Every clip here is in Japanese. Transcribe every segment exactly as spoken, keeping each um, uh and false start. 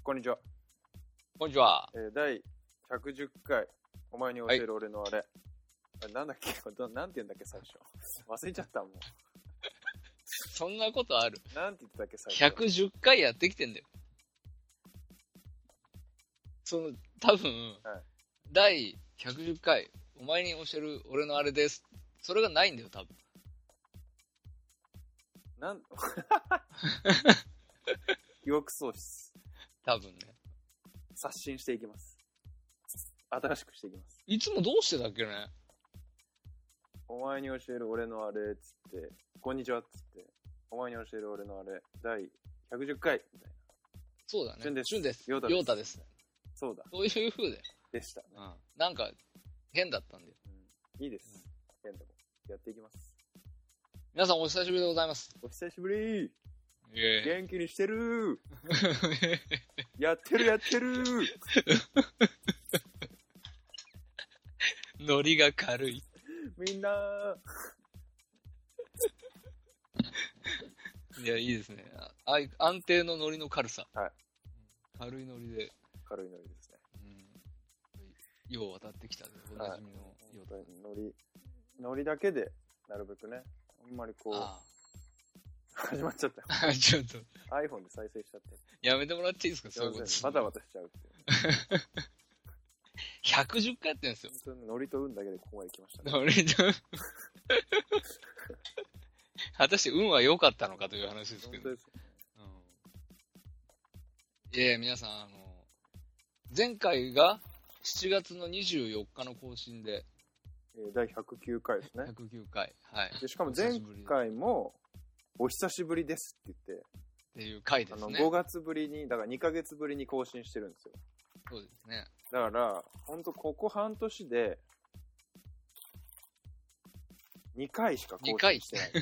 こんにちは。 こんにちは。 えー、だいひゃくじゅっかい、お前に教える俺のあれ。はい、あれなんだっけなんて言うんだっけ最初。忘れちゃったもん。 そんなことある？ なんて言ってたっけ最初。 ひゃくじゅっかいやってきてんだよ。その、多分、はい、だいひゃくじゅっかい、お前に教える俺のあれです。それがないんだよ、多分。 なん記憶喪失。 多分ね。 刷新していきます。新しくしていきます。 いつもどうしてたっけね。 お前に教える俺のあれっつって、こんにちはっつって、お前に教える俺のあれ、だいひゃくじゅっかいみたいな。 そうだね。 旬です。 旬です。 ヨータです。 そうだ。 そういう風で。 でした、ね。 うん。なんか、変だったんで。 うん、いいです、うん。変でも。やっていきます。 皆さんお久しぶりでございます。 お久しぶり。 えー、 元気にしてるやってるやってるノリが軽い。 みんな。 いや、いいですね。あ安定のノリの軽さ。 はい。 軽いノリで。 軽いノリですね。 うん。よう渡ってきたで、おなじみのよう、 はい、ノリ、ノリだけで、なるべくね、あんまりこう、あ始まっちゃったよ。 ちょっと。 iPhone で再生しちゃって。 やめてもらっていいですか、そういうこと。 バタバタしちゃうっていう。 ひゃくじゅっかいやってるんですよ。 本当にノリと運だけでここまで来ましたね。 ノリと果たして運は良かったのかという話ですけど。本当ですよね。うん。いや、皆さん、あの、前回がしちがつのにじゅうよっかの更新で、 えー、だいひゃくきゅうかいですね。 ひゃくきゅうかい。はい。 でしかも前回も、お久しぶりですって言って、 っていう回ですね。 あのごがつぶりに、だからにかげつぶりに更新してるんですよ。 そうですね。 だから、ほんとここ半年で、にかいしか更新してない。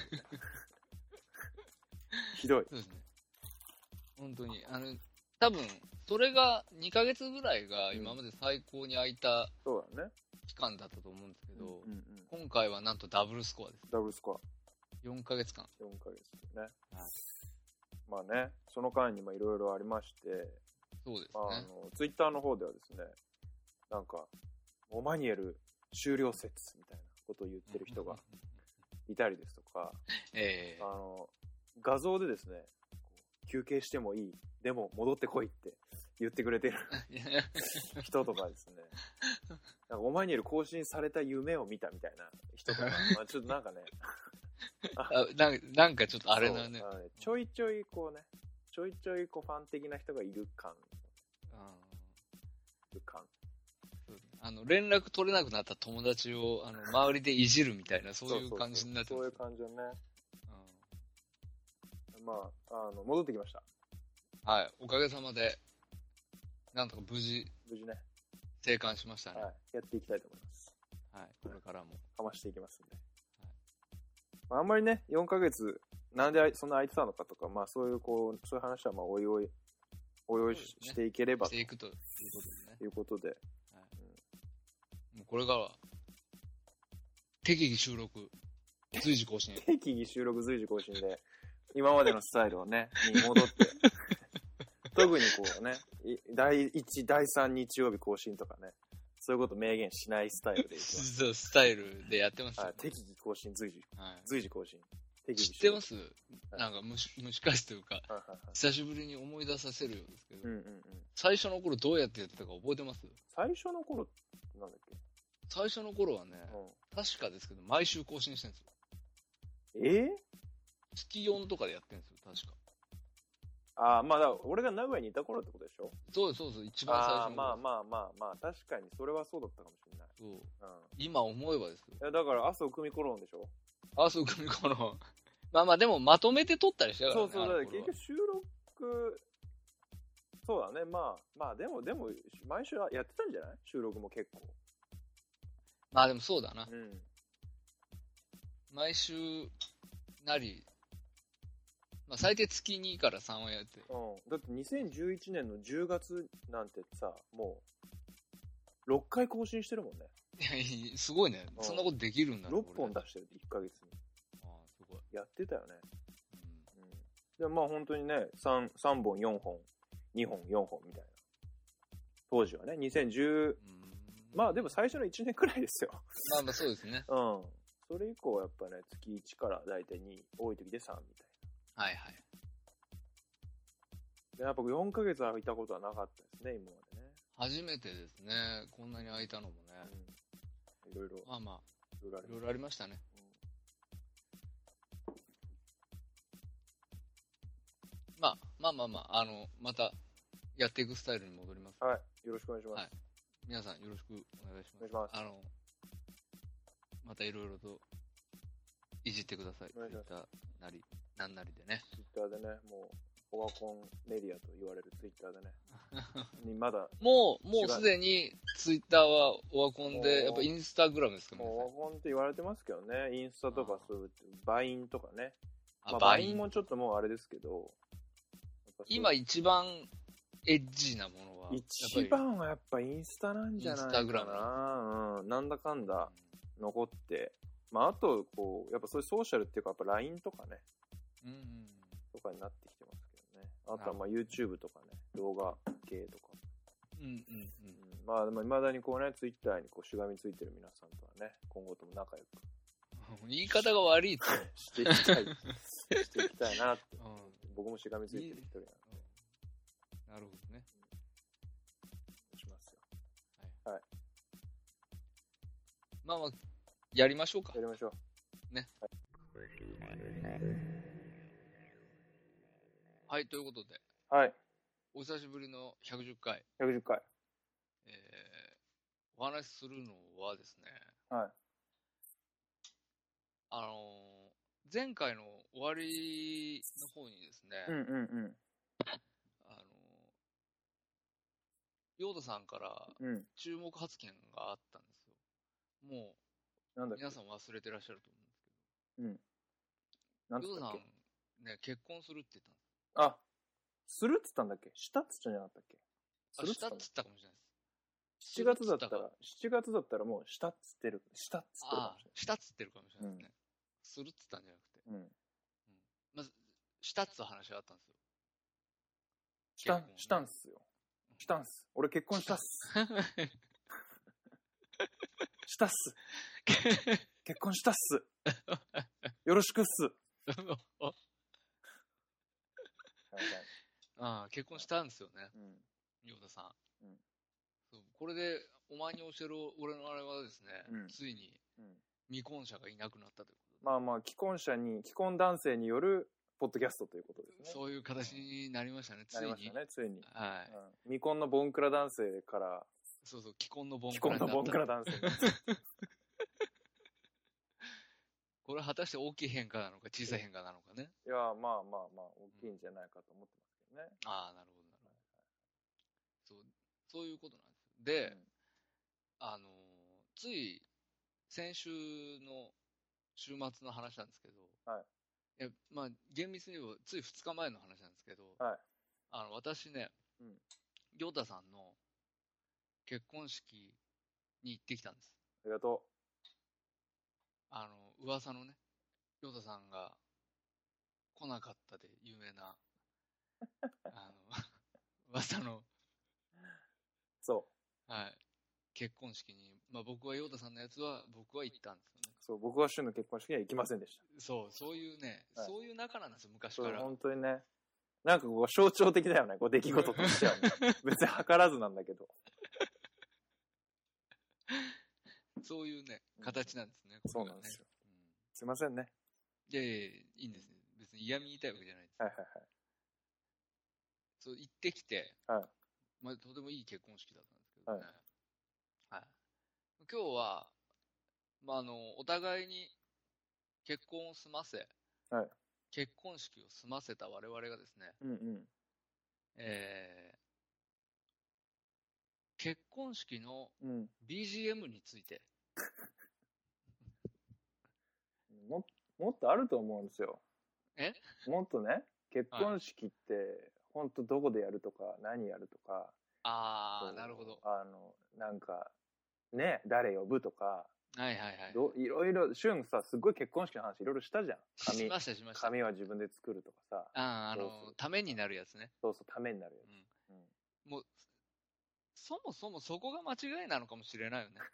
ひどい。 そうですね。本当に。あの、多分、それがにかげつぐらいが今まで最高に空いた期間だったと思うんですけど、うんうんうん、今回はなんとダブルスコアです。 ダブルスコア。 よんかげつかん。 よんかげつね。はい。まあね、その間にいろいろありまして、 そうですね。 あの、ツイッターの方ではですね、なんか、オマニエル終了説みたいなことを言ってる人がいたりですとか、 えー、 あの、画像でですね、休憩してもいい、でも戻ってこいって言ってくれてる人とかですね、なんかオマニエル更新された夢を見たみたいな人とか、まあ、ちょっとなんかね、 あななんかちょっとあれだね。 ねちょいちょいこうね、ちょいちょいこうファン的な人がいる感。 あいる感。 あの、連絡取れなくなった友達を、あの、周りでいじるみたいな、そういう感じになってます。 そういう感じだね。うん、まあ、あの、戻ってきました。 はい。おかげさまで、なんとか無事、 無事ね。 生還しましたね。 はい。やっていきたいと思います。 はい。これからも。 かましていきますんで。あんまりね、よんかげつ、なんでそんな空いてたのかとか、まあそういうこう、そういう話はまあおいおい、おいおいしていければと。していくということでね。 いうことで。はいうん、もうこれからは、適宜収録、随時更新。 適宜収録、随時更新で、今までのスタイルをね、に戻って、特にこうね、だいいち、だいさん日曜日更新とかね、そういうこと明言しないスタイルでいきます。 そう、スタイルでやってますよ。 はい、適宜更新、随時。はい、随時更新。 知ってます、はい、なんか蒸し、蒸し返すというか、はいはいはい、久しぶりに思い出させるようですけど、うんうんうん、最初の頃どうやってやってたか覚えてます？ 最初の頃なんだっけ？ 最初の頃はね、うん、確かですけど、毎週更新してるんですよ。 えー、 月よんとかでやってるんですよ、確か。 ああ、まあだ、俺が名古屋にいた頃ってことでしょ？ そうそうそう、一番最初の頃。 まあまあまあまあ、確かにそれはそうだったかもしれない。 そう。うん、今思えばですよ。 いや、だから麻生久美子論でしょ？ 麻生久美子論。まあまあ、でもまとめて撮ったりしたからね。 そうそう、だから結局収録、そうだね、まあ、まあでも、でも、毎週やってたんじゃない？収録も結構。 まあでもそうだな。 うん。 毎週なり、まあ最低月にからさんはやって。 うん。だってにせんじゅういちねんのじゅうがつなんてさ、もう、ろっかい更新してるもんね。 いや、すごいね。うん、そんなことできるんだね。 ろっぽん出してるっていっかげつに。 ああ、すごい。 やってたよね。うん。うん、で、まあ本当にね、さん、さんぼん、よんほんにほん、よんほんみたいな。当時はね、にせんじゅう、まあでも最初のいちねんくらいですよ。 まあまあそうですね。 うん。それ以降やっぱね、月いちからだいたいに、多い時でさんみたいな。はいはい。 でやっぱよんかげつ空いたことはなかったですね、今までね。 初めてですね、こんなに空いたのもね。 うん、いろいろ。 まあまあ、いろいろありましたね。うん、まあまあまあまあ、あの、またやっていくスタイルに戻ります。 はい。よろしくお願いします。はい、 皆さんよろしくお願いします。 お願いします。 あの、またいろいろといじってください。ツイッターなり、なんなりでね。 ツイッターでね、もう、オワコンメディアと言われるツイッターでね。にまだ。 もう、もうすでにツイッターはオワコンで、やっぱインスタグラムですかね。 オワコンって言われてますけどね。インスタとかそういう、バインとかね。 あ、バインもちょっともうあれですけど。 今一番エッジなものは一番はやっぱインスタなんじゃないかな。インスタグラム。うん。なんだかんだ残って。まああと、こう、やっぱそういうソーシャルっていうか、やっぱ ライン とかね。うんうん。とかになってきてますけどね。あとはまあ YouTube とかね。動画系とか。うんうんうん。うん、まあ、未だにこうね、Twitter にこうしがみついてる皆さんとはね、今後とも仲良く。 言い方が悪いって。 していきたい。していきたいなって。うん、僕もしがみついてる一人なんで。 なるほどね。 うん、しますよ。はい。はい。 まあまあ、やりましょうか。 やりましょう。ね。はい。はい、ということで。 はい。 お久しぶりのひゃくじゅっかい。 ひゃくじゅっかい。 えー、お話しするのはですね。 はい。 あのー、前回の終わりの方にですね。 うんうんうん。 あのー、ヨーダさんから注目発言があったんですよ。うん、もう、なんだっけ皆さん忘れてらっしゃると思うんですけど。うん。なんつったっけ？ヨーダさんね、結婚するって言ったんです。 あ、するって言ったんだっけ？したっつったんじゃなかったっけ？ するっつったんです。したっつったかもしれないです。 しちがつだったら、しちがつだったらもうしたっつってる。したっつってるかもしれない。 ああ、したっつってるかもしれないですね。うん、するっつったんじゃなくて。うん。うん、まず、したっつう話があったんですよ。 した、したんすよ。したんす。俺結婚したっす。したっす。結婚したっす。よろしくっす。 ああ、結婚したんですよね。うん。ヨーダさん。うん。そう、これで、お前に教える俺のあれはですね、うん、ついに、未婚者がいなくなったということで。 まあまあ、既婚者に、既婚男性による、ポッドキャストということですね。 そういう形になりましたね、ついに。 なりましたね、ついに。 はい。 うん、未婚のボンクラ男性から、 そうそう、既婚のボンクラ。既婚のボンクラ男性。 これは果たして大きい変化なのか、小さい変化なのかね。 いや、まあまあまあ、大きいんじゃないかと思ってますけどね。 うん、ああ、なるほど、なるほど。そう、そういうことなんですよ。で、うん、あのー、つい、先週の週末の話なんですけど、はい。いや、まあ、厳密に言えば、ついふつかまえの話なんですけど、はい。あの、私ね、うん。ヨタさんの結婚式に行ってきたんです。 ありがとう。 あの、噂のね、ヨタさんが来なかったで有名な、あの、噂の、 そう。 はい。結婚式に、まあ僕はヨタさんのやつは、僕は行ったんですよね。 そう、僕は旬の結婚式には行きませんでした。 そう、そういうね、はい、そういう仲なんですよ、昔から。 本当にね。なんかこう象徴的だよね、こう出来事としては、ね。別に図らずなんだけど。 そういうね、形なんですね。 うん、そうなんですよ。うん、すいませんね。 いやいやいいんですね。別に嫌味言いたいわけじゃないです。 はいはいはい。 そう、行ってきて、はい。まあ、とてもいい結婚式だったんですけどね。はい。はい、今日は、まあ、あの、お互いに結婚を済ませ、はい。結婚式を済ませた我々がですね、うんうん。えー、結婚式の ビージーエム について、 うん、も、もっとあると思うんですよ。 え？ もっとね、結婚式って、はい、本当どこでやるとか、何やるとか。 ああ、なるほど。 あの、なんか、ね、誰呼ぶとか。 はいはいはい。 どいろいろ、旬さ、すごい結婚式の話いろいろしたじゃん。 紙。しましたしました。 紙は自分で作るとかさ。 ああ、あの、ためになるやつね。 そうそう、ためになるやつ。 もう、そもそもそこが間違いなのかもしれないよね。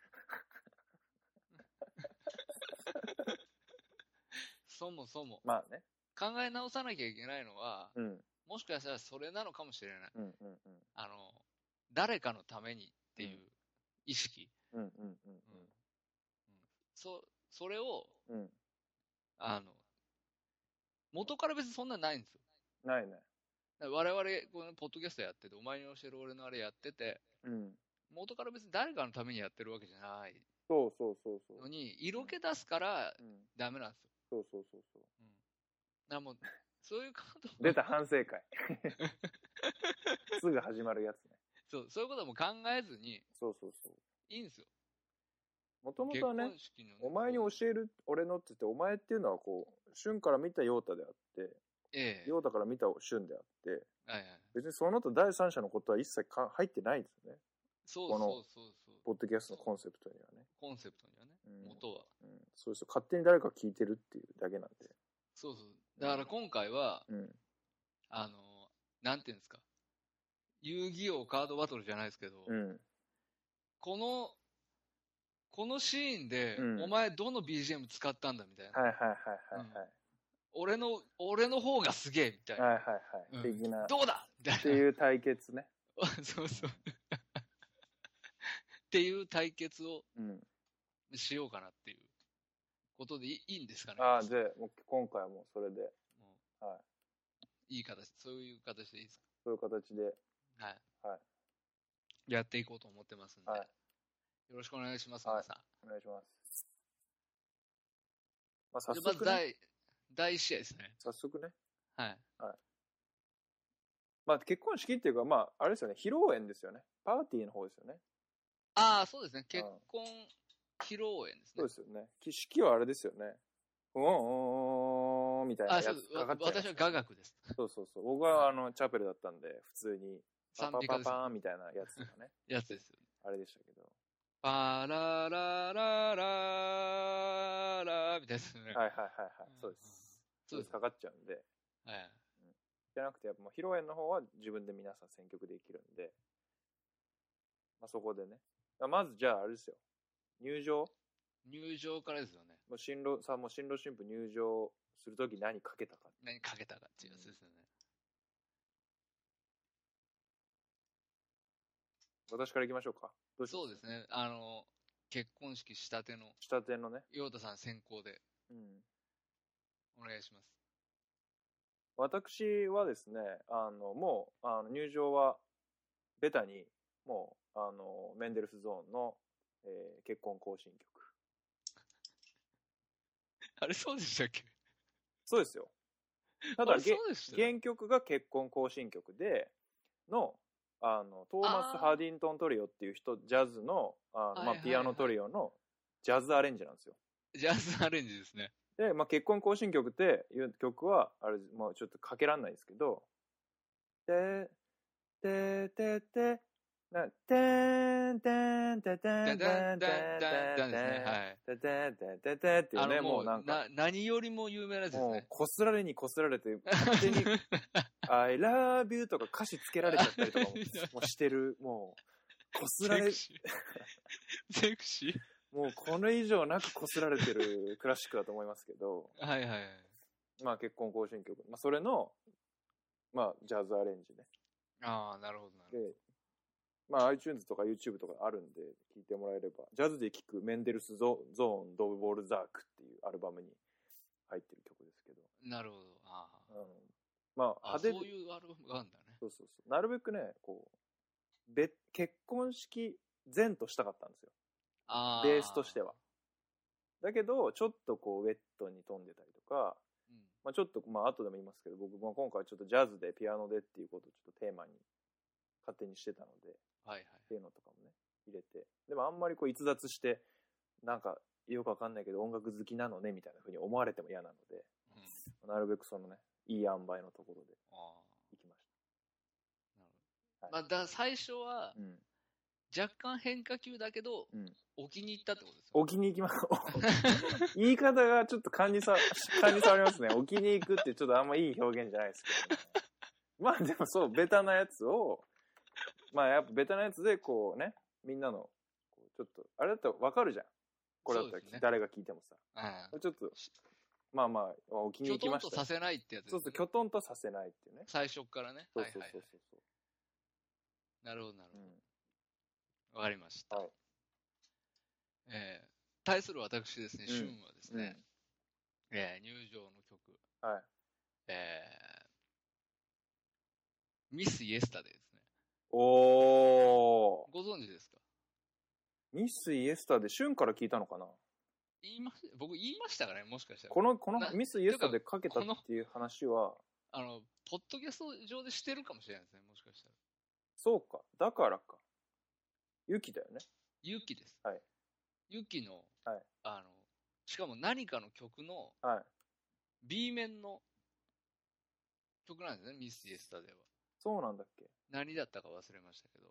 そもそも。 まあね。 考え直さなきゃいけないのは、 うん、 もしかしたらそれなのかもしれない。 うんうんうん、 あの、誰かのためにっていう意識。 うんうんうんうん。 そ、それを、 うん、 あの、元から別にそんなないんですよ。 ないね。 我々、このポッドキャストやってて、お前に教える俺のあれやってて、 うん、 元から別に誰かのためにやってるわけじゃないそうそうそうそうのに、色気出すからダメなんですよ。 そうそうそうそう。 うん、なもうそういうこと出た反省会。すぐ始まるやつね。 そう、そういうことも考えずに、 そうそうそう。 いいんですよ。 もともとはね、ね、お前に教える、俺のって言って、お前っていうのはこう、俊から見た陽太であって、ええ、陽太から見た俊であって、はいはい、別にその他第三者のことは一切か入ってないですよね。 そうそうそうそう。 ポッドキャストのコンセプトにはね。 コンセプトにはね、うん、元は、 うん。そうですよ。勝手に誰か聞いてるっていうだけなんで。 そうそう。だから今回は、うん、あの、なんていうんですか、遊戯王カードバトルじゃないですけど、うん、この、このシーンで、うん、お前どの ビージーエム 使ったんだみたいな。 はいはいはいはい、はい、うん。 俺の、俺の方がすげえみたいな。 はいはいはい。うん、的な。 どうだみたいな。 っていう対決ね。 そうそう。っていう対決をしようかなっていうことでいいんですかね。 ああ、で、もう今回はもうそれで。もうはい。 いい形、そういう形でいいですか？ そういう形で。 はい。 はい。 やっていこうと思ってますんで。はい。よろしくお願いします、皆さん。はい、 お願いします。まあ、早速、ね。 まず第、第一試合ですね。 早速ね。 はい。はい。 まあ、結婚式っていうか、まあ、あれですよね。披露宴ですよね。パーティーの方ですよね。 ああ、そうですね。結婚披露宴ですね。 そうですよね。式はあれですよね。うんうんうんみたいなやつかかっちゃう。 私は雅楽です。 そうそうそう。僕はあのチャペルだったんで、普通にパパパパーンみたいなやつとかね。 やつですよ。 あれでしたけど。 パラララララみたいですね。 はいはいはいはい。そうです。そうです。かかっちゃうんで。はい。じゃなくて、やっぱもう披露宴の方は自分で皆さん選曲できるんで、まあそこでね。まずじゃああれですよ。入場入場からですよね。 もう新郎さんも新郎新婦入場するとき何かけたか。 何かけたかっていうやつですよね。 うん、私から行きましょうか。 どうします？そうですね。あの、結婚式したての。 したてのね。 陽太さん先行で。うん。お願いします。 私はですね、あの、もう、あの入場は、ベタに、もう、あの、メンデルスゾーンの、えー、結婚行進曲。 あれそうでしたっけ？ そうですよ。ただ、原曲が結婚行進曲で、の、あの、トーマス・ハディントントリオっていう人、ジャズの、あのまあ、ピアノトリオのジャズアレンジなんですよ。 ジャズアレンジですね。 で、まあ、結婚行進曲っていう曲は、あれ、まあ、ちょっとかけらんないですけど、て、て、て、て、な、てんてんてんてんてんてんてんてんてんてんてんっていうね、もうなんか。 何よりも有名なやつですね。もう、 こすられにこすられて、勝手に、I love you とか歌詞つけられちゃったりとかもしてる、もう、こすられ、 セクシーもうこれ以上なくこすられてるクラシックだと思いますけど、 はいはいはい。 まあ結婚行進曲。まあそれの、まあジャズアレンジね。 ああ、なるほどなるほど。 で、まあ iTunes とか YouTube とかあるんで聞いてもらえれば、ジャズで聴くメンデルスゾーン・ドブ・ボルザークっていうアルバムに入ってる曲ですけど。 なるほど。ああ。 うん、まあ派手そういうアルバムがあるんだね。 そうそうそう。なるべくね、こう、べ結婚式前としたかったんですよ。 あベースとしては。だけど、ちょっとこう、ウェットに飛んでたりとか、うん、まあちょっと、まあ後でも言いますけど、僕も今回ちょっとジャズでピアノでっていうことをちょっとテーマに勝手にしてたので、 はいはい。 っていうのとかもね、入れて。でもあんまりこう逸脱して、なんかよくわかんないけど音楽好きなのねみたいな風に思われても嫌なので、うん、なるべくそのね、いい塩梅のところで行きました。 なるほど。はい、まあだ最初は、うん、若干変化球だけど、うん、置きに行ったってことですよ。 置きに行きます。言い方がちょっと感じさ、感じ触りますね。置きに行くってちょっとあんまいい表現じゃないですけどね。まあでもそう、ベタなやつを、 まあやっぱベタなやつでこうね、みんなの、こうちょっと、あれだったらわかるじゃん。これだったら、ね、誰が聞いてもさ。うん、ちょっと、まあまあ、お気に入りました。 キョトンとさせないってやつです、ね。 そうそう、キョトンとさせないっていうね。 最初からね。 そうそうそうそう。はいはい、 なるほど、なるほど。わ、うん、かりました。 はい、 えー、対する私ですね、シュンはですね、うん、えー、入場の曲。 はい。 えー、ミス・イエスタデーですね。 おー。 ご存知ですか？ ミス・イエスタデー、シュンから聞いたのかな？ 言いま僕言いましたからね、もしかしたら。 この、このミス・イエスタでかけたっていう話は、 あの、ポッドキャスト上でしてるかもしれないですね、もしかしたら。 そうか。だからか。ユキだよね。 ユキです。 はい。 ユキの、 はい、 あの、しかも何かの曲の、 はい。 B 面の曲なんですね、ミス・イエスタでは。 そうなんだっけ？ 何だったか忘れましたけど。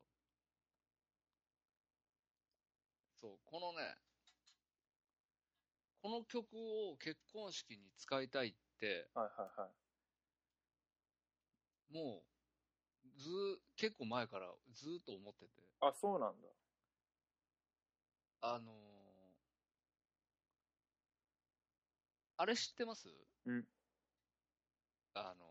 そう、このね、この曲を結婚式に使いたいって、 はいはいはい。 もう、ず結構前からずっと思ってて。 あ、そうなんだ。 あのー、あれ知ってます？ うん。 あのー、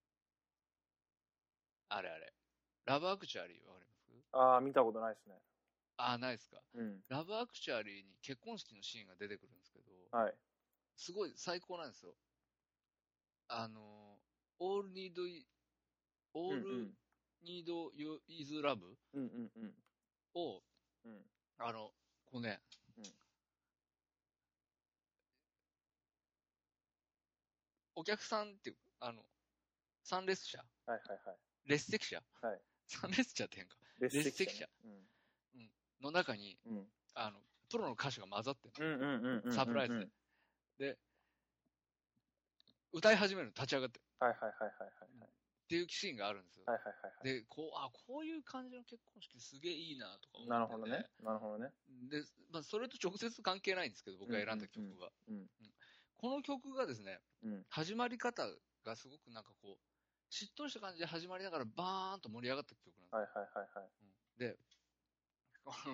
あれあれ。ラブアクチュアリーわかります？ ああ、見たことないですね。 ああ、ないですか。 うん。 ラブアクチュアリーに結婚式のシーンが出てくるんですけど、 はい。 すごい最高なんですよ。あの、all need, all need you is love を、うん、あの、こうね、うん、お客さんっていう、あの、参列者、 はいはいはい。 列席者、はい、参列者って変か。列席者、うん、の中に、うん、あの、プロの歌手が混ざってる。サプライズで。で、歌い始めるの立ち上がってる。 はいはいはいはいはい。 っていうシーンがあるんですよ。 はいはいはいはい。 で、こう、あ、こういう感じの結婚式すげえいいなとか思って、 なるほどね。なるほどね。 で、まあ、それと直接関係ないんですけど、僕が選んだ曲は。うんうんうん、この曲がですね、うん、始まり方がすごくなんかこう、しっとりした感じで始まりながらバーンと盛り上がった曲なんですよ。 はいはいはいはい。 うん、で、この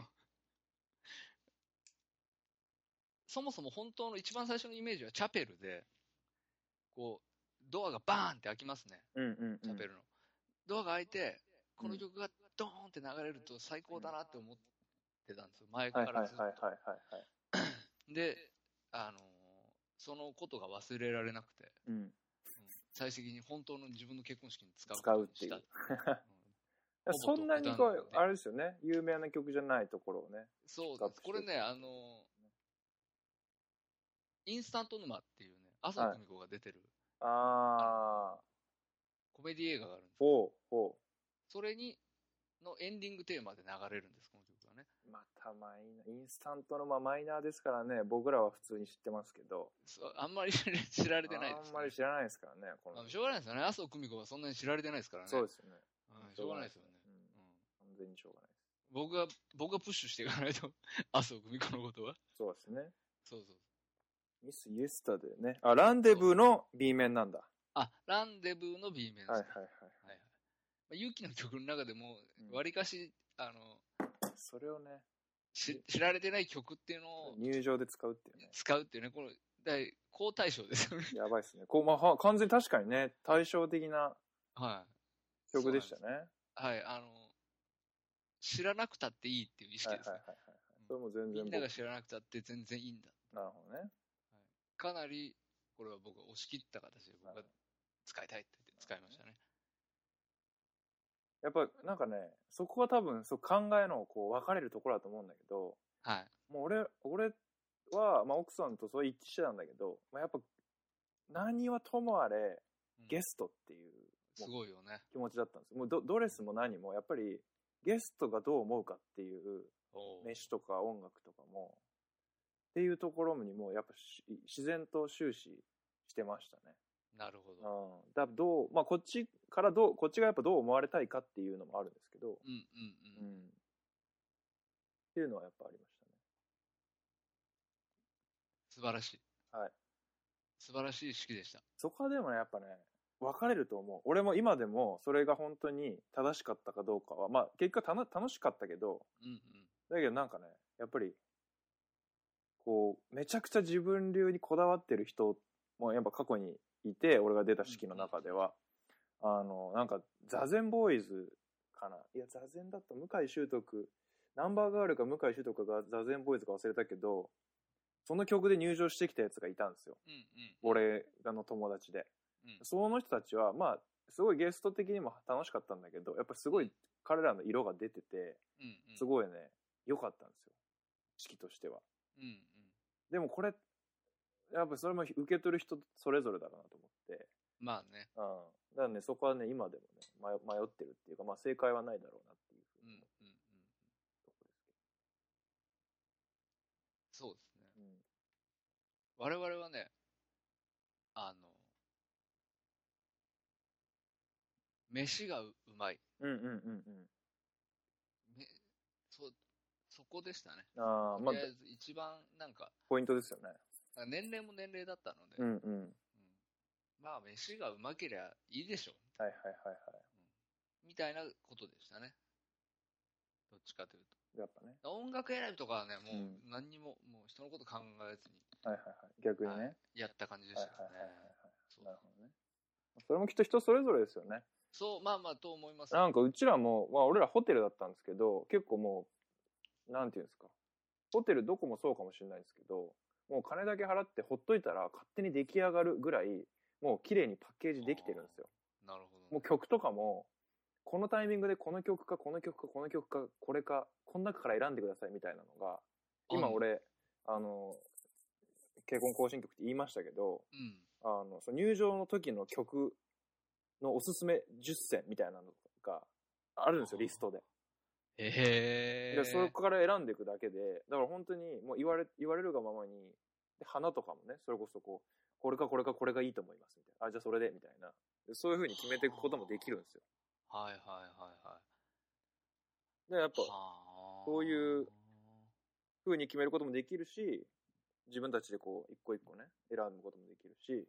そもそも本当の一番最初のイメージはチャペルで、こう、ドアがバーンって開きますね。 うんうんうん、 チャペルの。ドアが開いて、この曲がドーンって流れると最高だなって思ってたんですよ。前からずっと。で、あのー、そのことが忘れられなくて、うんうん、最終的に本当の自分の結婚式に使うことにした。 うん、そんなにこう、あれですよね。有名な曲じゃないところをね。 そうです。これね、あのー、インスタント沼っていうね、麻生久美子が出てる、はい、あコメディ映画があるんですけど、ほうほう、それにのエンディングテーマで流れるんです、この曲がね。 またマイナー、インスタント沼マイナーですからね、僕らは普通に知ってますけど。 あんまり知られてないです、ね。 あんまり知らないですからね。 このしょうがないですよね。麻生久美子はそんなに知られてないですからね。 そうですよね。 うん、しょうがないですよね。 うん、完全にしょうがないです。 僕が、僕がプッシュしていかないと、麻生久美子のことは。 そうですね。 そうそう。 ミス・イエスタでね。あ、ランデブーの B 面なんだ。 あ、ランデブーの B 面です、ね。 はいはいはい。はいはい。 まあ、ユキの曲の中でも、わりかし、うん、あの、 それをね、 知られてない曲っていうのを、 入場で使うっていうね。 使うっていうね、この、好対象ですよね。 やばいですね。こう、まあ、は完全に確かにね、対照的な曲でしたね。 はい、あの、知らなくたっていいっていう意識ですね。はいはいはいはい。それも全然みんなが知らなくたって全然いいんだ。 なるほどね。はい、 かなり、これは僕が押し切った形で僕が使いたいって言って使いましたね。 やっぱなんかね、そこは多分そう考えのこう分かれるところだと思うんだけど、 はい。 もう俺、俺は、まあ、奥さんとそう一致してたんだけど、まあ、やっぱ何はともあれ、ゲストっていう、 うん、すごいよね。 気持ちだったんです。もう ド, ドレスも何もやっぱりゲストがどう思うかっていう飯とか音楽とかもっていうところにもやっぱ自然と終始してましたね。 なるほど。 うん、だどうまあこっちからどうこっちがやっぱどう思われたいかっていうのもあるんですけど、うんうんうん、うん、っていうのはやっぱありましたね。 素晴らしい。 はい。 素晴らしい式でした。 そこはでもねやっぱね分かれると思う。俺も今でもそれが本当に正しかったかどうかは、まあ結果たの楽しかったけど、 うんうん、 だけどなんかね、やっぱり、こう、めちゃくちゃ自分流にこだわってる人もやっぱ過去にいて、俺が出た式の中では、うんうん、あの、なんか、座禅ボーイズかな。いや、座禅だった向井秀徳、ナンバーガールか向井秀徳が座禅ボーイズか忘れたけど、その曲で入場してきたやつがいたんですよ。 うんうん、 俺らの友達で。うん、その人たちは、まあ、すごいゲスト的にも楽しかったんだけど、やっぱりすごい彼らの色が出てて、 うんうん、 すごいね、良かったんですよ。式としては。 うんうん、 でもこれ、やっぱりそれも受け取る人それぞれだろうなと思って。 まあね。 うん。だからね、そこはね、今でもね、迷ってるっていうか、まあ正解はないだろうなっていうふうに思ってるとこですけど。 そうですね。うん、我々はね、あの、飯が う, うまい。 うんうんうんうん。 めそ、そこでしたね。 ああ、まあ、 とりあえず一番なんか、 ポイントですよね。 年齢も年齢だったので、 うんうん。うん、 まあ、飯がうまけりゃいいでしょ。 はいはいはいはい。 うん、みたいなことでしたね。どっちかというと。 やっぱね。 音楽選びとかはね、もう何にも、うん、もう人のこと考えずに。 はいはいはい。逆にね。はい、 やった感じでしたね。はいはいはい、はい。 なるほどね。それもきっと人それぞれですよね。 そう、まあまあ、と思います。 なんかうちらも、まあ俺らホテルだったんですけど、結構もう、なんていうんですか。ホテルどこもそうかもしれないですけど、もう金だけ払ってほっといたら勝手に出来上がるぐらい、もう綺麗にパッケージできてるんですよ。 なるほど、ね。 もう曲とかも、このタイミングでこの曲かこの曲かこの曲かこれか、この中から選んでくださいみたいなのが、今俺、あの、結婚行進曲って言いましたけど、 うん、 あの、その入場の時の曲のおすすめじゅっせんみたいなのがあるんですよ、リストで。 へえ。で、そこから選んでいくだけで、だから本当にもう言われ、言われるがままに、で花とかもね、それこそこう、これかこれかこれがいいと思いますみたいな。あ、じゃあそれで、みたいな。そういう風に決めていくこともできるんですよ。 はいはいはいはい。 で、やっぱ、そういう風に決めることもできるし、自分たちでこう、一個一個ね、選ぶこともできるし。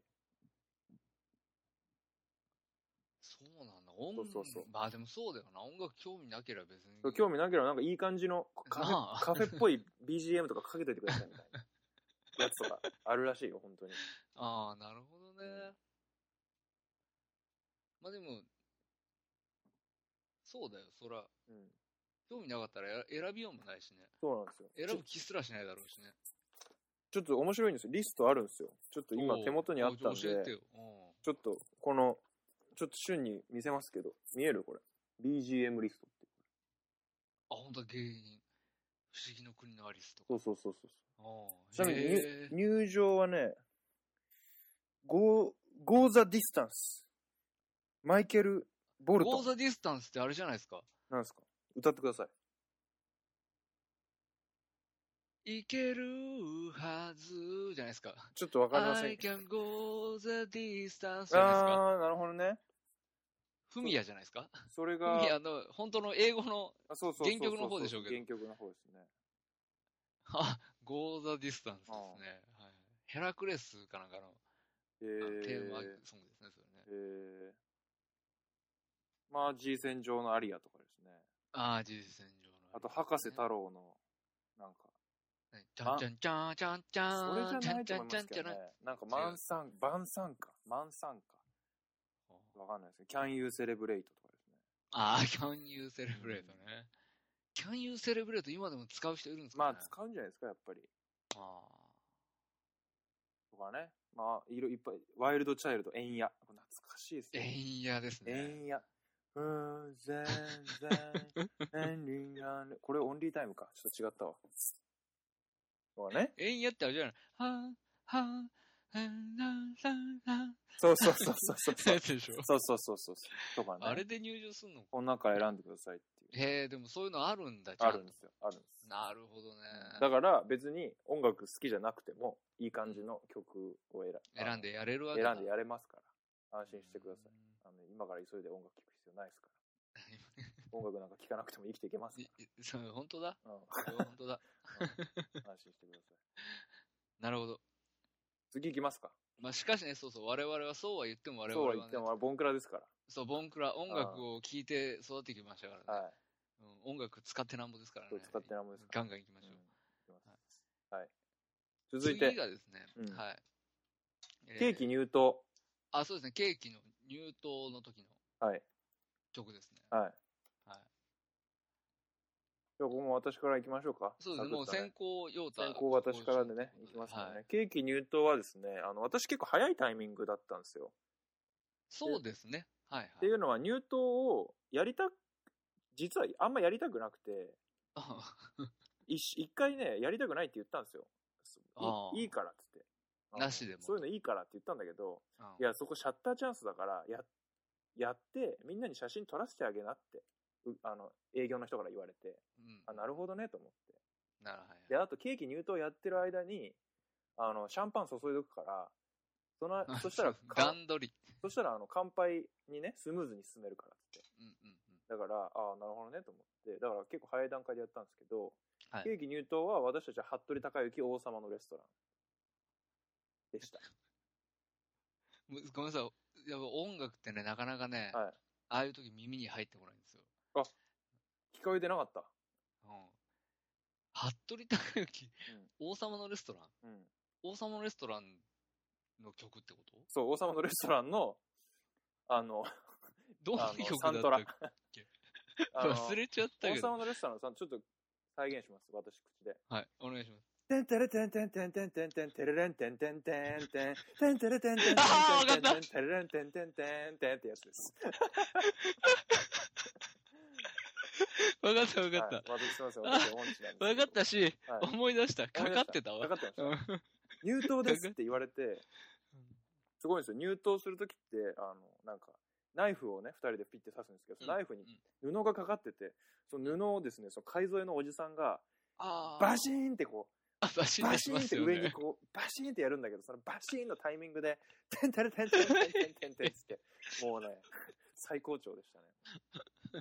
そうなんだ。音楽、 そうそうそう。 まあでもそうだよな。音楽興味なければ別に。 そう、興味なければなんかいい感じのカフェ、カフェっぽい ビージーエム とかかけといてくださいみたいなやつとかあるらしいよ、本当に。 ああ、なるほどね。まあでも、そうだよ、そら。うん。興味なかったら選びようもないしね。 そうなんですよ。 選ぶ気すらしないだろうしね。 ちょっと面白いんですよ。リストあるんですよ。ちょっと今手元にあったんで、 教えてよ。 ちょっとこの、ちょっと瞬に見せますけど、見えるこれ。ビージーエム リストって。 あ、ほんと芸人。不思議の国のアリスとか。 そうそうそうそう。ちなみに入場はね、Go, Go the Distance。マイケル・ボルトン。 Go the Distanceってあれじゃないですか。 なんですか？歌ってください。 いけるはずじゃないですか。 ちょっとわかりません。 I can go the distance じゃないですか。 あー、なるほどね。 フミヤじゃないですか。 それが。 フミヤの、本当の英語の原曲の方でしょうけど。 原曲の方ですね。 あ、Go the distance ですね。はい、ヘラクレスかなんかの、えー、テーマソングですね、それね。 えー、まあ、G 戦場のアリアとかですね。 ああ、G 戦場の、ね。 あと、博士太郎の、なんか。 ちゃんちゃんちゃんちゃんちゃん。 それじゃないと思いますけどね。なんか、晩餐、晩餐か。晩餐か。わかんないですけど、Can You Celebrate とかですね。 ああ、Can You Celebrate ね。Can You Celebrate 今でも使う人いるんですかね。 まあ、使うんじゃないですか、やっぱり。 ああ。 とかね。まあ、いろいっぱい。ワイルドチャイルド、エンヤ。懐かしいですね。 エンヤですね。 エンヤ。うん、全然、エンディングがね。これオンリータイムか。ちょっと違ったわ。そうね。 エンヤってあれじゃないはぁ、はぁ、 そうそうそうそうそう。 そうでしょ。 そうそうそうそう。とかね。 あれで入場すんのこの中選んでくださいっていう。 へえ、でもそういうのあるんだ、 あるんですよ。あるんです。 なるほどね。 だから別に音楽好きじゃなくても、いい感じの曲を選選んでやれるわけだ。 選んでやれますから。安心してください。あの今から急いで音楽聴く必要ないですから。音楽なんか聴かなくても生きていけますから。 そう、本当だ。うん、本当だ。 うん、安心してください。 なるほど。 次行きますか。 まあしかしね、そうそう、我々はそうは言っても我々は、ね、 そうは言ってもボンクラですから。 そう、ボンクラ、音楽を聴いて育ってきましたからね。 はい。 うん、音楽使ってなんぼですからね。 使ってなんぼですから、 ね。ガンガン行きましょう。 うん、はい。はい。続いて。 次がですね、うん、はい。 ケーキ入刀。 あ、そうですね、ケーキの入刀の時の曲ですね。 はい。はい。はい。じゃあ、ここも私から行きましょうか。 そうですね、もう先行用途。 先行私からでね、行きますからね。はい、ケーキ入刀はですね、あの、私結構早いタイミングだったんですよ。 そうですね。はい、はい。 っていうのは、入刀をやりた、実はあんまやりたくなくて、一, 一回ね、やりたくないって言ったんですよ。いい, いいからっつって。 なしでも。 そういうのいいからって言ったんだけど、いや、そこシャッターチャンスだから、や、やって、みんなに写真撮らせてあげなって、あの、営業の人から言われて、うん、あ、なるほどね、と思って。 なるほど。 で、あと、ケーキ入刀やってる間に、あの、シャンパン注いどくから、その、そしたら、 段取り。 そしたら、あの、乾杯にね、スムーズに進めるからって。うんうんうん、だから、ああ、なるほどね、と思って。だから結構早い段階でやったんですけど、はい、ケーキ入刀は私たちは服部孝之王様のレストランでした。 ごめんなさい。やっぱ音楽ってね、なかなかね、はい、ああいう時耳に入ってこないんですよ。 あ、聞こえてなかった。 うん。服部孝之、うん、王様のレストラン、うん、王様のレストランの曲ってこと？ そう、王様のレストランの、あの、 どういう曲だったっけ忘れちゃったけど。 王様のレストランのさん、ちょっと再現します、私口で。 はい、お願いします。 てんてれてんてんてんてんてんてんてれれんてんてんてんてんてんてれてんてんてんてんてんてれれんてんてんてんてんってやつです。 わかったわかった。 私すみません、私音痴なんです。 わかったし、思い出した。かかってたわ。 かかってました。入刀ですって言われて、すごいんですよ。入刀するときって、あの、なんか、ナイフをね、二人でピッて刺すんですけど、そのナイフに布がかかってて、その布をですね、その海添えのおじさんが、バシーンってこう、バシーンって上にこう、バシーンってやるんだけど、そのバシーンのタイミングで、てんてれてんてんてんてんてんてんって、もうね、最高潮でしたね。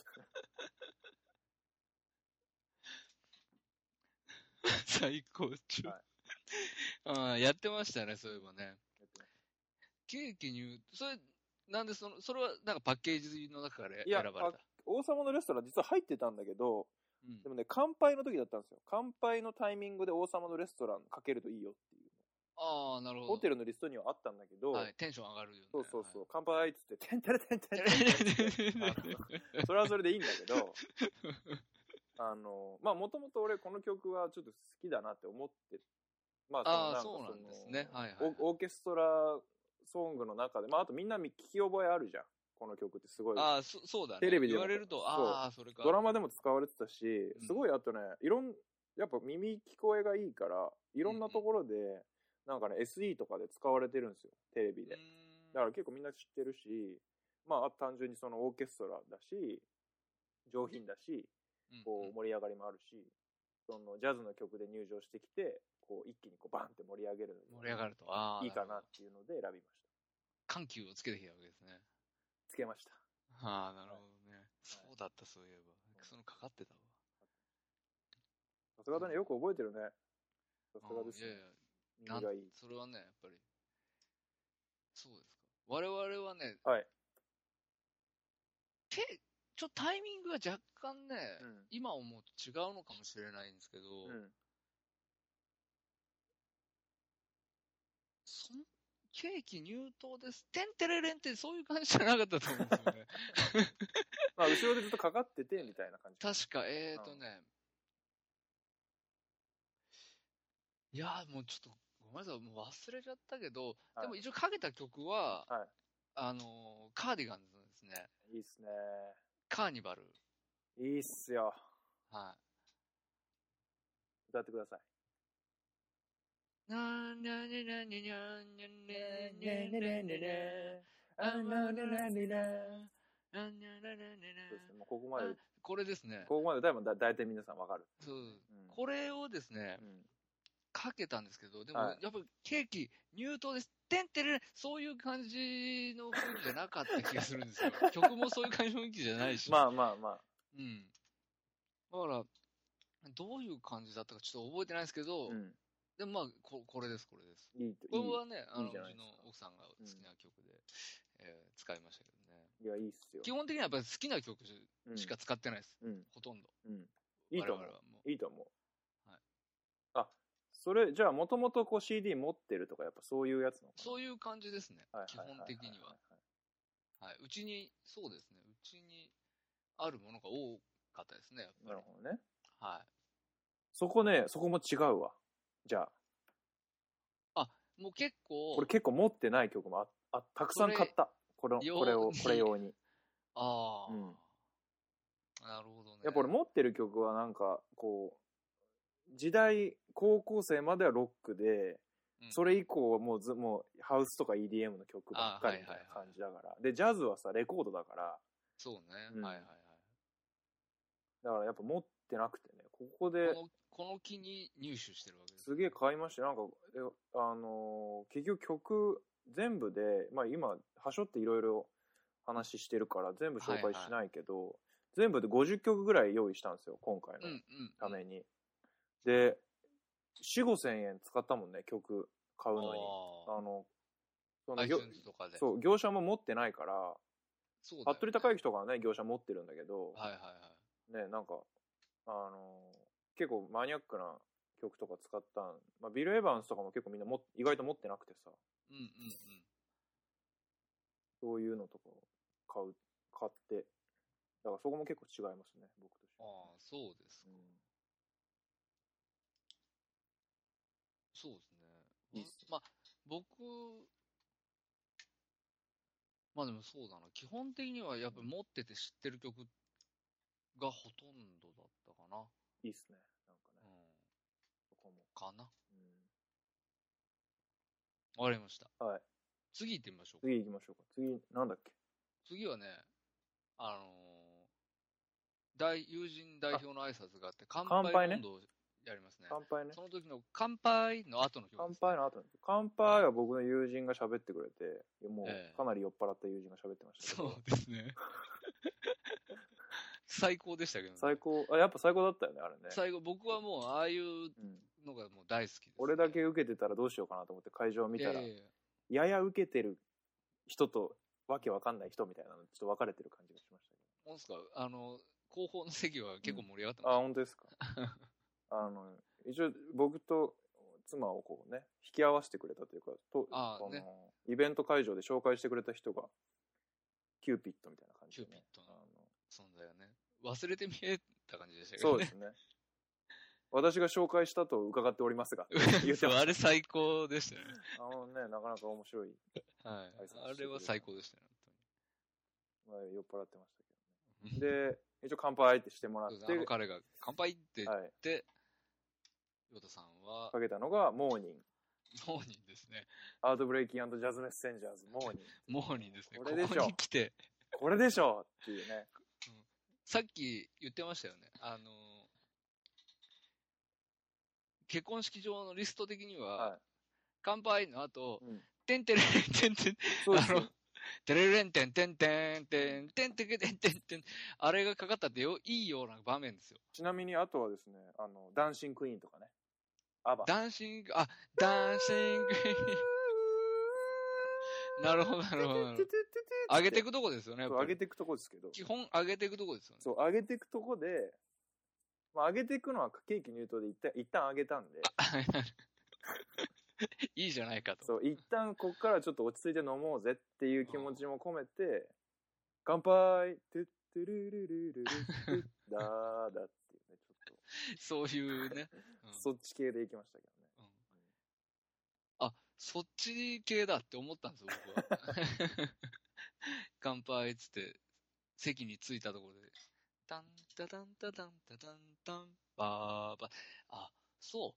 最高潮。はい、ああ、やってましたね、そういえばね。ケーキに、それ、なんでその、それはなんかパッケージの中から選ばれた？いや、 王様のレストラン実は入ってたんだけど、うん、でもね、乾杯の時だったんですよ。乾杯のタイミングで王様のレストランかけるといいよっていう。 ああ、なるほど。 ホテルのリストにはあったんだけど、 はい、テンション上がるよね。 そうそうそう、はい、乾杯っつって、てんてれてんてんてんてん。それはそれでいいんだけど、あの、まあ、もともと俺この曲はちょっと好きだなって思って、まあ、そうなんですね。はいはい。 オーケストラソングの中で、まあ、あとみんな聞き覚えあるじゃん。この曲ってすごい。 ああ、そ、そうだね。 テレビで言われると、ああ、それか。 ドラマでも使われてたし、すごいあとね、いろん、やっぱ耳聞こえがいいから、いろんなところで、なんかね、エスイー とかで使われてるんですよ。テレビで。だから結構みんな知ってるし、まあ、単純にそのオーケストラだし、上品だし、こう盛り上がりもあるし、そのジャズの曲で入場してきて、こう一気にこうバンって盛り上げる盛り上がると、ああ、 いいかなっていうので選びました。 緩急をつけてきたわけですね。 つけました。 ああ、なるほどね。はい、そうだった、そういえば。そのかかってたわ。 さすがだね、よく覚えてるね。さすがですね。いやいや、 耳がいい。それはね、やっぱり。そうですか。我々はね、 はい。 けちょっとタイミングが若干ね、うん、今思うと違うのかもしれないんですけど、うん、そんケーキ入刀です。てんてれれんってそういう感じじゃなかったと思うんですよね。 まあ、後ろでずっとかかってて、みたいな感じ。 確か、えーとね、うん、いやもうちょっと、ごめんなさい、もう忘れちゃったけど、はい、でも一応かけた曲は、はい、あの、カーディガンズですね。 いいっすね。 カーニバル。 いいっすよ。 はい。 歌ってください。 なーにゃにゃにゃにゃにゃにゃにゃにゃにゃにゃにゃにゃあななななななここまで。 これですね。 ここまでだいぶ大体皆さんわかる。 そう。これをですね、かけたんですけど、でもやっぱりケーキ入刀です。てんてれれそういう感じの雰囲気じゃなかった気がするんですよ。曲もそういう感じの雰囲気じゃないし。 まあまあまあ。 うん。だから、どういう感じだったかちょっと覚えてないですけど、うん、 でもまあこ、これです、これです。 いいとこれはね、あの、 いいうちの奥さんが好きな曲で、うん、えー、使いましたけどね。 いや、いいっすよ。 基本的にはやっぱり好きな曲しか使ってないです。 うん、 ほとんど。 うん。いいと思う。 我々はもういいと思う。 はい。 あ、それ、じゃあ、もともとこう シーディー 持ってるとか、やっぱそういうやつなのかな。 そういう感じですね。 はい基本的には。はい。うちに、そうですね。うちにあるものが多かったですね、やっぱり。 なるほどね。 はい。 そこね、そこも違うわ。じゃあ。あ、もう結構。 これ結構持ってない曲もあ、あたくさん買った。これ、これを、これ用に。 ああ。 うん。 なるほどね。 やっぱ俺持ってる曲はなんか、こう、時代、高校生まではロックで、うん、それ以降はもうず、もうハウスとか イーディーエム の曲ばっかりみたいな感じだから。はいはいはい、で、ジャズはさ、レコードだから。 そうね。うん、はいはいはい。 だからやっぱ持ってなくてね、ここで。 この、この木に入手してるわけです。 すげえ買いました。なんか、あのー、結局曲全部で、まあ今、はしょっていろいろ話してるから全部紹介しないけど、はいはい、全部でごじゅっきょくぐらい用意したんですよ、今回のために。うんうんうん、で、よん、ごせんえん使ったもんね、曲買うのに。あの、その iTunes とかで。 そう、業者も持ってないから、 そうだよね、服部孝之とかはね、業者持ってるんだけど、 はいはいはい。 ね、なんか、あのー、結構マニアックな曲とか使ったん、まあ、ビル・エヴァンスとかも結構みんなも意外と持ってなくてさ、 うんうんうん、 そういうのとかを買う、買って、だからそこも結構違いますね、僕として。 ああ、そうですか。うん、そうですね。いいっすね。まあ、僕、まあでもそうだな。基本的にはやっぱ持ってて知ってる曲がほとんどだったかな。 いいっすね。なんかね。うん。 そこも。かな。うん。わかりました。 はい。 次行ってみましょうか。 次行きましょうか。次、なんだっけ。 次はね、あのー、大、友人代表の挨拶があって、乾杯温度をやりますね。 乾杯ね。 その時の乾杯の後の曲です、ね。 乾杯の後の乾杯は僕の友人が喋ってくれて、もうかなり酔っ払った友人が喋ってましたけど。 そうですね。最高でしたけどね。 最高、あ、やっぱ最高だったよね、あれね。 最後、僕はもう、ああいうのがもう大好きです、ねうん。俺だけ受けてたらどうしようかなと思って会場を見たら、えー、やや受けてる人とわけわかんない人みたいなのちょっと分かれてる感じがしましたけど。 本当ですか？あの、後方の席は結構盛り上がってました、 うん。あ、本当ですか。あの、一応僕と妻をこうね、引き合わせてくれたというか、とあ、ね、 のイベント会場で紹介してくれた人が、キューピッドみたいな感じで、ね。 キューピッドの存在をね、忘れて見えた感じでしたけどね。 そうですね。私が紹介したと伺っておりますが。 言ってあれ最高でしたね。 あのね、なかなか面白い。 はい。あれは最高でしたね、 本当に。まあ、酔っ払ってましたけどね。で、一応乾杯ってしてもらって。 あの彼が乾杯って言って、ヨタさんは。 かけたのがモーニング。 モーニングですね。 アートブレイキン&ジャズメッセンジャーズ、モーニング。 モーニングですね。 これでしょ。 ここに来て。 これでしょっていうね、 うん。さっき言ってましたよね。あのー、結婚式場のリスト的には、はい、乾杯の後、うん、てんてれんてんてん、あの、てれれんてんてんてんてんてんてんてんてんてん、あれがかかったってよいいような場面ですよ。 ちなみにあとはですね、あの、ダンシングクイーンとかね。アバ。 ダンシング、あ、ダンシングクイーン。なるほど、なるほど。上げていくとこですよね。 上げていくとこですけど。 基本上げていくとこですよね。 そう、上げていくとこで、まあ、上げていくのはケーキ入刀で一旦、一旦上げたんで。 いいじゃないかと。 そう、一旦こっからちょっと落ち着いて飲もうぜっていう気持ちも込めて、乾杯トゥットゥルルルルルルダーだっていうね、ちょっと。 そういうね。 うん、そっち系でいきましたけどね。うん、 あ、そっち系だって思ったんですよ、僕は。乾杯っつって、席に着いたところで、タンタタンタタンタタンタン、バーバー。あ、そう。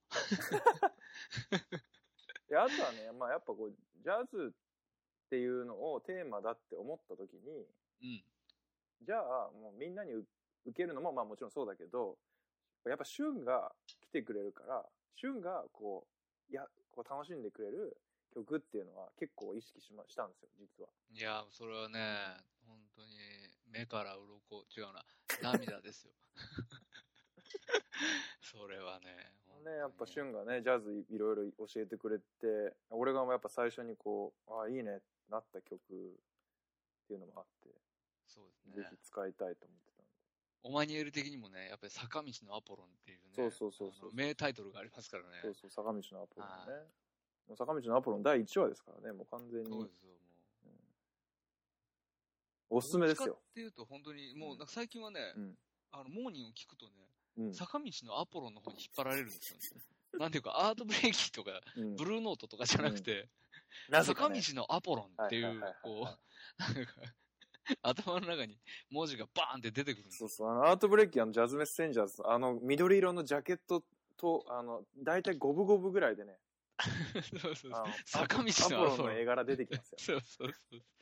いや、あとはね、まあやっぱこう、ジャズっていうのをテーマだって思った時に、うん、じゃあもうみんなに受けるのもまあもちろんそうだけど、やっぱシュンが来てくれるから、シュンがこう、いや、こう楽しんでくれる曲っていうのは結構意識しましたんですよ、実は。 いや、それはね、本当に目から鱗、違うな、涙ですよ。それはね、本ね、やっぱ俊がね、ジャズいろいろ教えてくれて、俺がやっぱ最初にこう、ああ、いいねってなった曲っていうのもあって、 そうですね。 ぜひ使いたいと思ってたんで。 オマニエル的にもね、やっぱり坂道のアポロンっていうね、 そうそうそうそう。 名タイトルがありますからね。 そうそう、坂道のアポロンね。もう坂道のアポロンだいいちわですからね、もう完全に。そうですよ、もう。うん、おすすめですよ。どっちかっていうと本当に、もうなんか最近はね、うん、あの、モーニングを聞くとね、うん、坂道のアポロンの方に引っ張られるんですよね。なんていうか、アートブレイキーとか、うん、ブルーノートとかじゃなくて、うん、坂道のアポロンっていう、こう、なんか、頭の中に文字がバーンって出てくるんです。 そうそう、あの、アートブレイキー、あの、ジャズメッセンジャーズ、あの、緑色のジャケットと、あの、だいたい五分五分ぐらいでね、 そうそうそう。坂道のアポロンの絵柄出てきますよ。 そうそう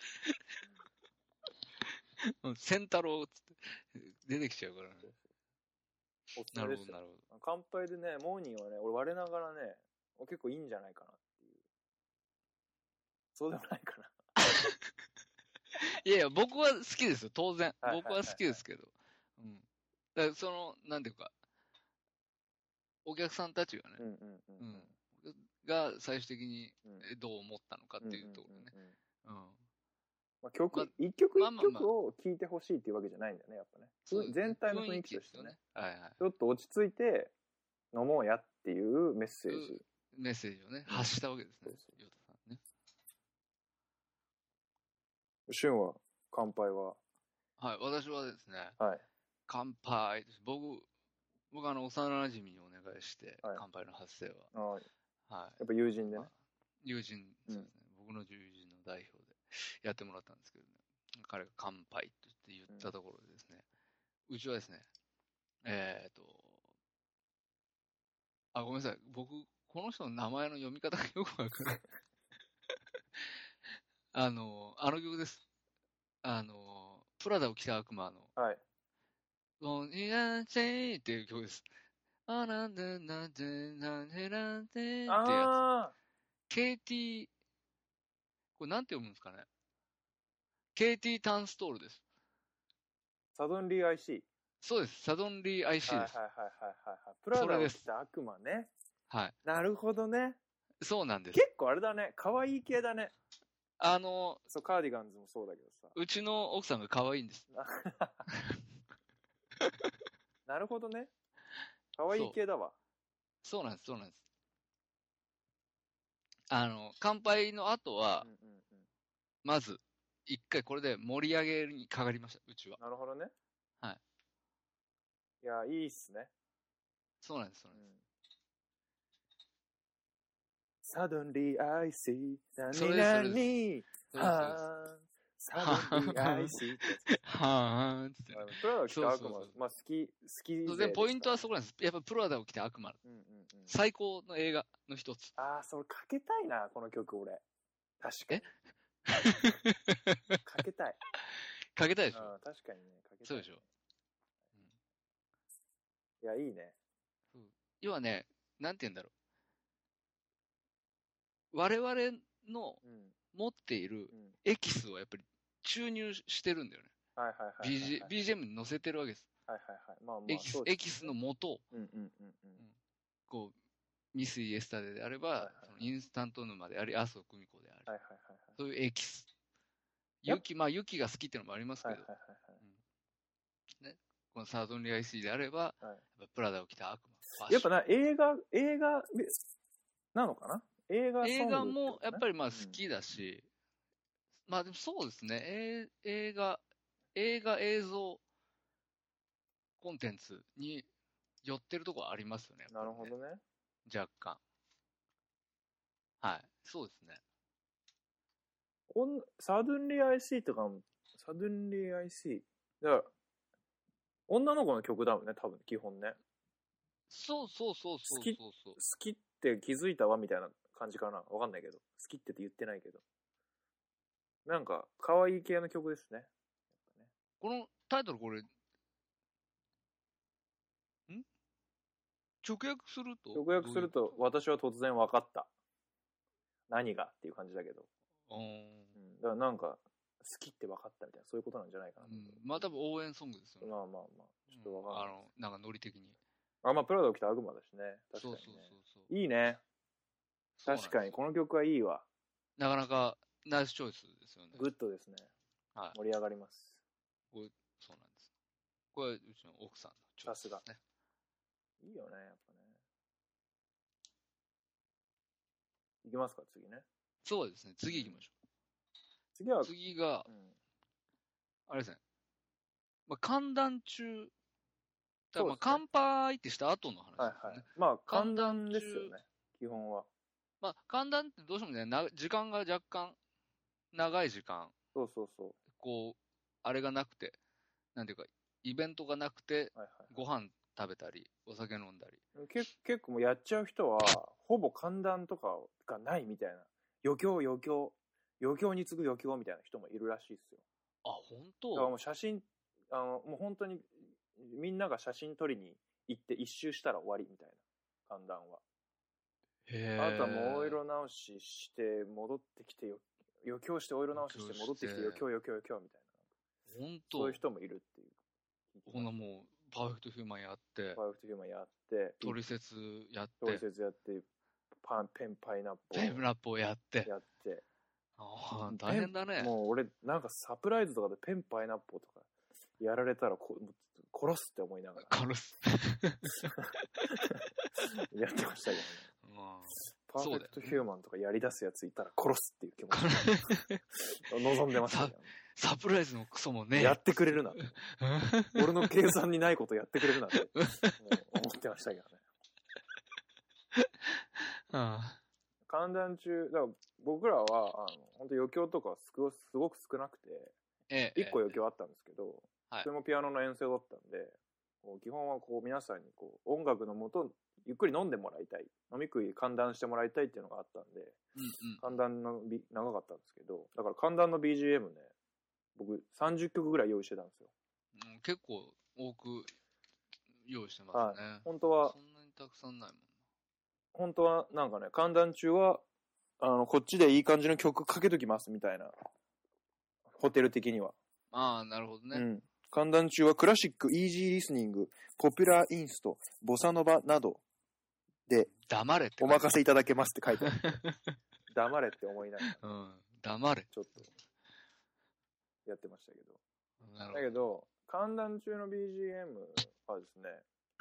そう。仙太郎って出てきちゃうからね。 なるほど、なるほど。乾杯でね、モーニングはね、俺我ながらね、結構いいんじゃないかなっていう。そうでもないかな。 いやいや、僕は好きですよ、当然。僕は好きですけど。うん。だからその、なんていうか、お客さんたちがね、うんうんうんうん、が最終的にどう思ったのかっていうところね。うん。 まあ、曲、一曲一曲を聴いてほしいっていうわけじゃないんだよね、やっぱね。全体の雰囲気としてね。はいはい。ちょっと落ち着いて飲もうやっていうメッセージ。 メッセージをね、発したわけですね、ヨタさんね。 俊は、乾杯は？ はい、私はですね、 はい。 乾杯です。僕、僕あの、幼馴染にお願いして、はい、乾杯の発声は。はい。 はい。やっぱ友人でね。まあ、 友人、そうですね、うん。僕の友人の代表でやってもらったんですけどね。彼が乾杯って言ったところでですね、うん、うちはですね、えっと、あ、ごめんなさい。僕、この人の名前の読み方がよくわからない。あの、あの曲です。あの、プラダを着た悪魔の。はい。ボンイアンチェイっていう曲です。あなんでなんでなんでなんでってやつ。ケーティー、これなんて読むんですかね。ケーティー タンストールです。 サドンリー アイシー。 そうです。サドンリー アイシー です。 はいはいはいはいはい。プラダを着た悪魔ね。はい。なるほどね。 そうなんです。 結構あれだね。可愛い系だね。 あの、 そう、カーディガンズもそうだけどさ。 うちの奥さんが可愛いんです。 なるほどね。可愛い系だわ。 そうなんです、そうなんです。あの、乾杯の後は、うんうんうん、まず、一回これで盛り上げにかかりました、うちは。 なるほどね。 はい。 いや、いいっすね。 そうなんです、そうなんです。 Suddenly I see それです、それです。 はー Suddenly I see はーんつって。 プラダを着た悪魔、まあ好き、好きで。 でもポイントはそこなんです。やっぱプラダを着た悪魔。うんうんうん、最高の映画の一つ。 ああ、それかけたいな、この曲俺。確かに。 えかけたい。 かけたいでしょ。 確かにね、かけたい。 そうでしょ。 うん、いや、いいね。 要はね、なんて言うんだろう。我々の持っているエキスをやっぱり注入してるんだよね。はいはいはい、はい。ビージーエム に乗せてるわけです。はいはいはい。まあまあ、エキス、ね、エキスの元、うんうんうんうん、こう、ミス・イエスタデであれば、はいはいはい、そのインスタント沼であり、麻生久美子であり、はいはいはいはい、そういうエキス。ユキ、まあ、ユキが好きっていうのもありますけど、はいはいはいはい、うん、ね、このサードンリアイシーであれば、はい、プラダを着た悪魔。 やっぱな、映画、映画なのかな、映画ソング、ね、 映画もやっぱりまあ好きだし、うん、まあでもそうですね、え映画、映画映像コンテンツに寄ってるところありますよね。 なるほどね。 若干。はい。そうですね。 サドゥンリー アイシー とかも、サドゥンリー アイシー。だから、女の子の曲だもんね、多分、基本ね。 そうそうそうそうそうそう。 好きって気づいたわみたいな感じかな。わかんないけど。好きってって言ってないけど。なんか、可愛い系の曲ですね。 ね、このタイトルこれ、ん直訳すると直訳すると、私は突然分かった。何がっていう感じだけど。うん。だからなんか、好きって分かったみたいな、そういうことなんじゃないかな。 うん。まあ多分応援ソングですよね。 まあまあまあ、ちょっと分かんない、 うん。あの、なんかノリ的に。 あ、まあ、プラダを着た悪魔だしね。確かにね。そうそうそうそう。いいね。確かに、この曲はいいわ。 なかなかナイスチョイスですよね。 グッドですね。はい。盛り上がります。 これそうなんです。これ、うちの奥さんのチョイスですね。さすが。 いいよね、やっぱね。いきますか、次ね。 そうですね、次行きましょう。 次は、 次が、うん、あれですね。まあ、寒暖中、だまあ、乾杯ってした後の話ですね。はいはい。 まあ、寒暖ですよね、基本は。 まあ、寒暖ってどうしてもね、な時間が若干、長い時間。 そうそうそう。 こう、あれがなくて、なんていうか、イベントがなくて、はいはい、ご飯食べたり、お酒飲んだり。 け結構もうやっちゃう人は、ほぼ寒暖とかがないみたいな。余興余興。余興に次ぐ余興みたいな人もいるらしいですよ。 あ、本当？ だからもう写真、あの、もう本当に、みんなが写真撮りに行って一周したら終わりみたいな、寒暖は。へあとはもうお色直しして戻ってきてよ、余興してお色直しして戻ってきて余興余興余興みたいな。本当？そういう人もいるっていう。 ほんなもう、パーフェクトヒューマンやって、 パーフェクトヒューマンやって、 トリセツやって、 トリセツやって、パン、ペンパイナップル。ペンラップをやって。 やって。 ああ、大変だね。 もう俺、なんかサプライズとかでペンパイナップルとかやられたらこ殺すって思いながら。 殺す。 やってましたけどね。パーフェクトヒューマンとかやり出すやついたら殺すっていう気持ち望んでましたけどね。 サプライズのクソもね。 やってくれるな。俺の計算にないことやってくれるなって思ってましたけどね。ああ、寒暖中、だから僕らは、あの、本当余興とかすごすごく少なくて、ええ、いっこ余興あったんですけど、ええ、それもピアノの演奏だったんで、こう基本はこう皆さんにこう音楽のもとゆっくり飲んでもらいたい、飲み食い寒暖してもらいたいっていうのがあったんで、うんうん、寒暖のビ長かったんですけど、だから寒暖の ビージーエム ね、僕さんじゅっきょくぐらい用意してたんですよ。 うん、結構多く用意してますね。はい、 本当は。 そんなにたくさんないもんな。 本当はなんかね、寒暖中は、あの、こっちでいい感じの曲かけときますみたいな。ホテル的には。 ああ、なるほどね。うん。 寒暖中はクラシック、イージーリスニング、ポピュラーインスト、ボサノバなどで、 黙れってお任せいただけますって書いてある。黙れって思いながら。 うん。黙れ。 ちょっと、やってましたけど。なるほど。だけど、寒暖中の ビージーエム はですね、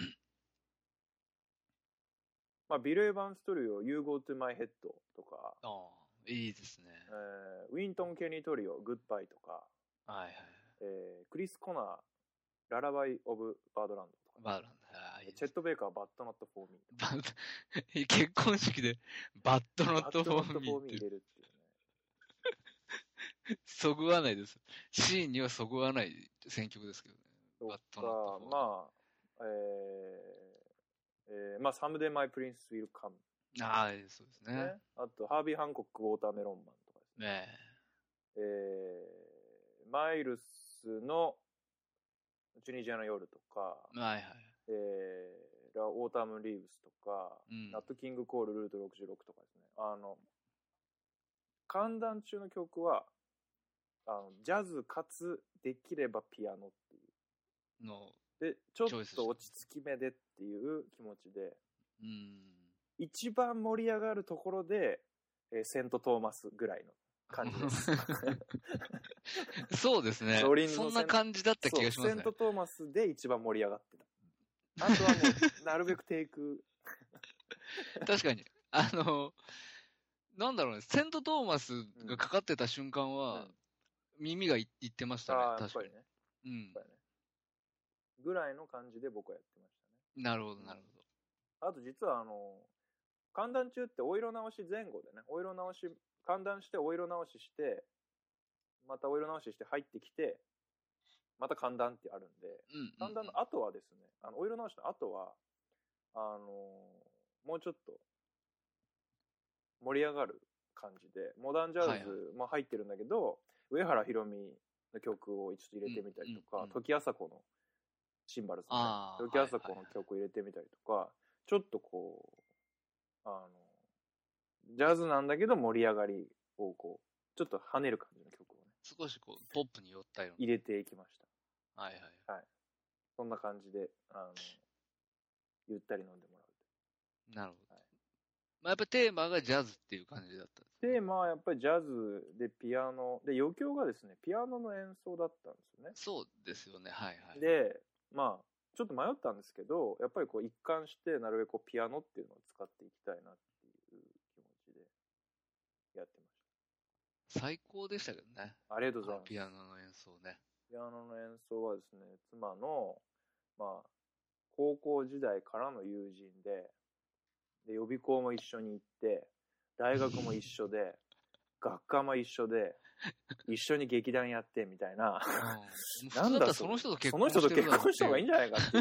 まあ、ビル・エヴァンストリオ、You Go to My Head とか、 ああ、いいですね。 えー、ウィントン・ケニー・トリオ、グッバイとか、 はいはい。 えー、クリス・コナー、ララバイ・オブ・バードランドとか、 バードランド、あ、いいチェット・ベイカー、バッド・ノット・フォー・ミー。結婚式でバッド・ノット・フォー・ミーって入れるっていうね。そぐわないです。シーンにはそぐわない選曲ですけどね。 バッド・ノット・フォー・ミー。まあ、えー、えー、まあ、サムデイ・マイ・プリンス・ウィル・カム。 ああ、そうですね。ね、 あと、ハービー・ハンコック、ウォーターメロンマンとかですね。ねえー、マイルスのチュニジアの夜とか、はいはい。えー、ラ・オータム・リーブスとか、うん、ナット・キング・コール・ルートろくじゅうろくとかですね。あの、寒暖中の曲は、あの、ジャズかつできればピアノっていうので、ちょっと落ち着き目でっていう気持ちで、うん、一番盛り上がるところで、えー、セント・トーマスぐらいの感じです。 そうですね。そんな感じだった気がしますね。 セント・トーマスで一番盛り上がってた。あとはもう、なるべくテイク。 確かに。あの、なんだろうね、セント・トーマスがかかってた瞬間は、うん、耳がいってましたね、 あ、 確かに。 ね、うん。ぐらいの感じで僕はやってましたね。 なるほど、なるほど。あと実はあの、寒暖中ってお色直し前後でね、お色直し、寒暖してお色直しして、またお色直しして入ってきて、また寒暖ってあるんで、うんうんうん、寒暖の後はですね、あのお色直しの後は、あのー、もうちょっと盛り上がる感じで、モダンジャズも入ってるんだけど、はいはい、上原ひろみの曲をちょっと入れてみたりとか、うんうんうん、時あさこのシンバルズね、時あさこの曲を入れてみたりとか、はいはいはい、ちょっとこう、あの、ジャズなんだけど盛り上がりをこう、ちょっと跳ねる感じの曲をね。 少しこう、ポップに寄ったような。 入れていきました。 はいはい。 はい。そんな感じで、あの、 ゆったり飲んでもらう。 なるほど。はい、まあ、やっぱテーマがジャズっていう感じだったんです、 ね、テーマはやっぱりジャズでピアノ、で、余興がですね、ピアノの演奏だったんですよね。 そうですよね、はいはい。 で、まあ、ちょっと迷ったんですけど、やっぱりこう一貫してなるべくこうピアノっていうのを使っていきたいなっていう気持ちでやってました。最高でしたけどね。 ありがとうございます。 ピアノの演奏ね。 ピアノの演奏はですね、妻の、まあ、高校時代からの友人で、で、予備校も一緒に行って、大学も一緒で、学科も一緒で、一緒に劇団やってみたいな。 なんだその人と結婚してるその人と結婚した方がいいんじゃないかって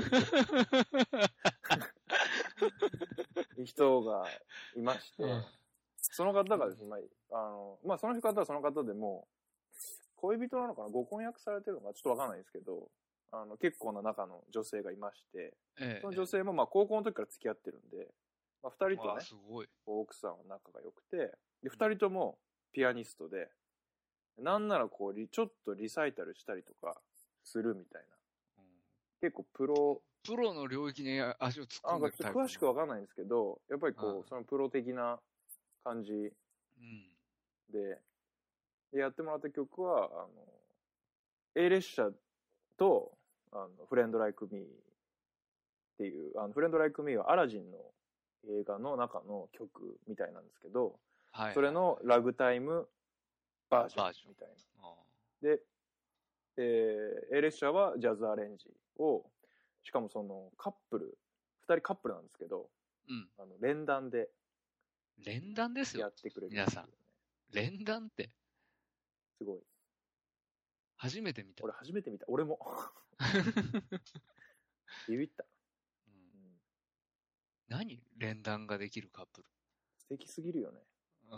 いう人がいまして、うん、その方がですね、あの、まあ、その方はその方でも、恋人なのかな、ご婚約されてるのかちょっとわかんないですけど、あの、結構な仲の女性がいまして、ええ、その女性もまあ高校の時から付き合ってるんで、まあ、二人とね、奥さんは仲が良くて、で、二人ともピアニストで、なんならこう、ちょっとリサイタルしたりとかするみたいな。うん、結構プロ、 プロの領域に足を突っ込んでるタイプ。 なんか詳しくわかんないんですけど、やっぱりこう、そのプロ的な感じで、うん、で、やってもらった曲は、あの、A 列車と、あの、フレンド・ライク・ミーっていう、あの、フレンド・ライク・ミーはアラジンの映画の中の曲みたいなんですけど、はいはいはい、それのラグタイムバージョンみたいな。で、えー、A 列車はジャズアレンジを、しかもそのカップル、二人カップルなんですけど、うん、あの連弾で、 連弾ですよ。 やってくれる、 皆さん。連弾って。 すごい。 初めて見た。 俺初めて見た。俺も。ビビった。 うん、何連弾ができるカップル。 素敵すぎるよね。うん。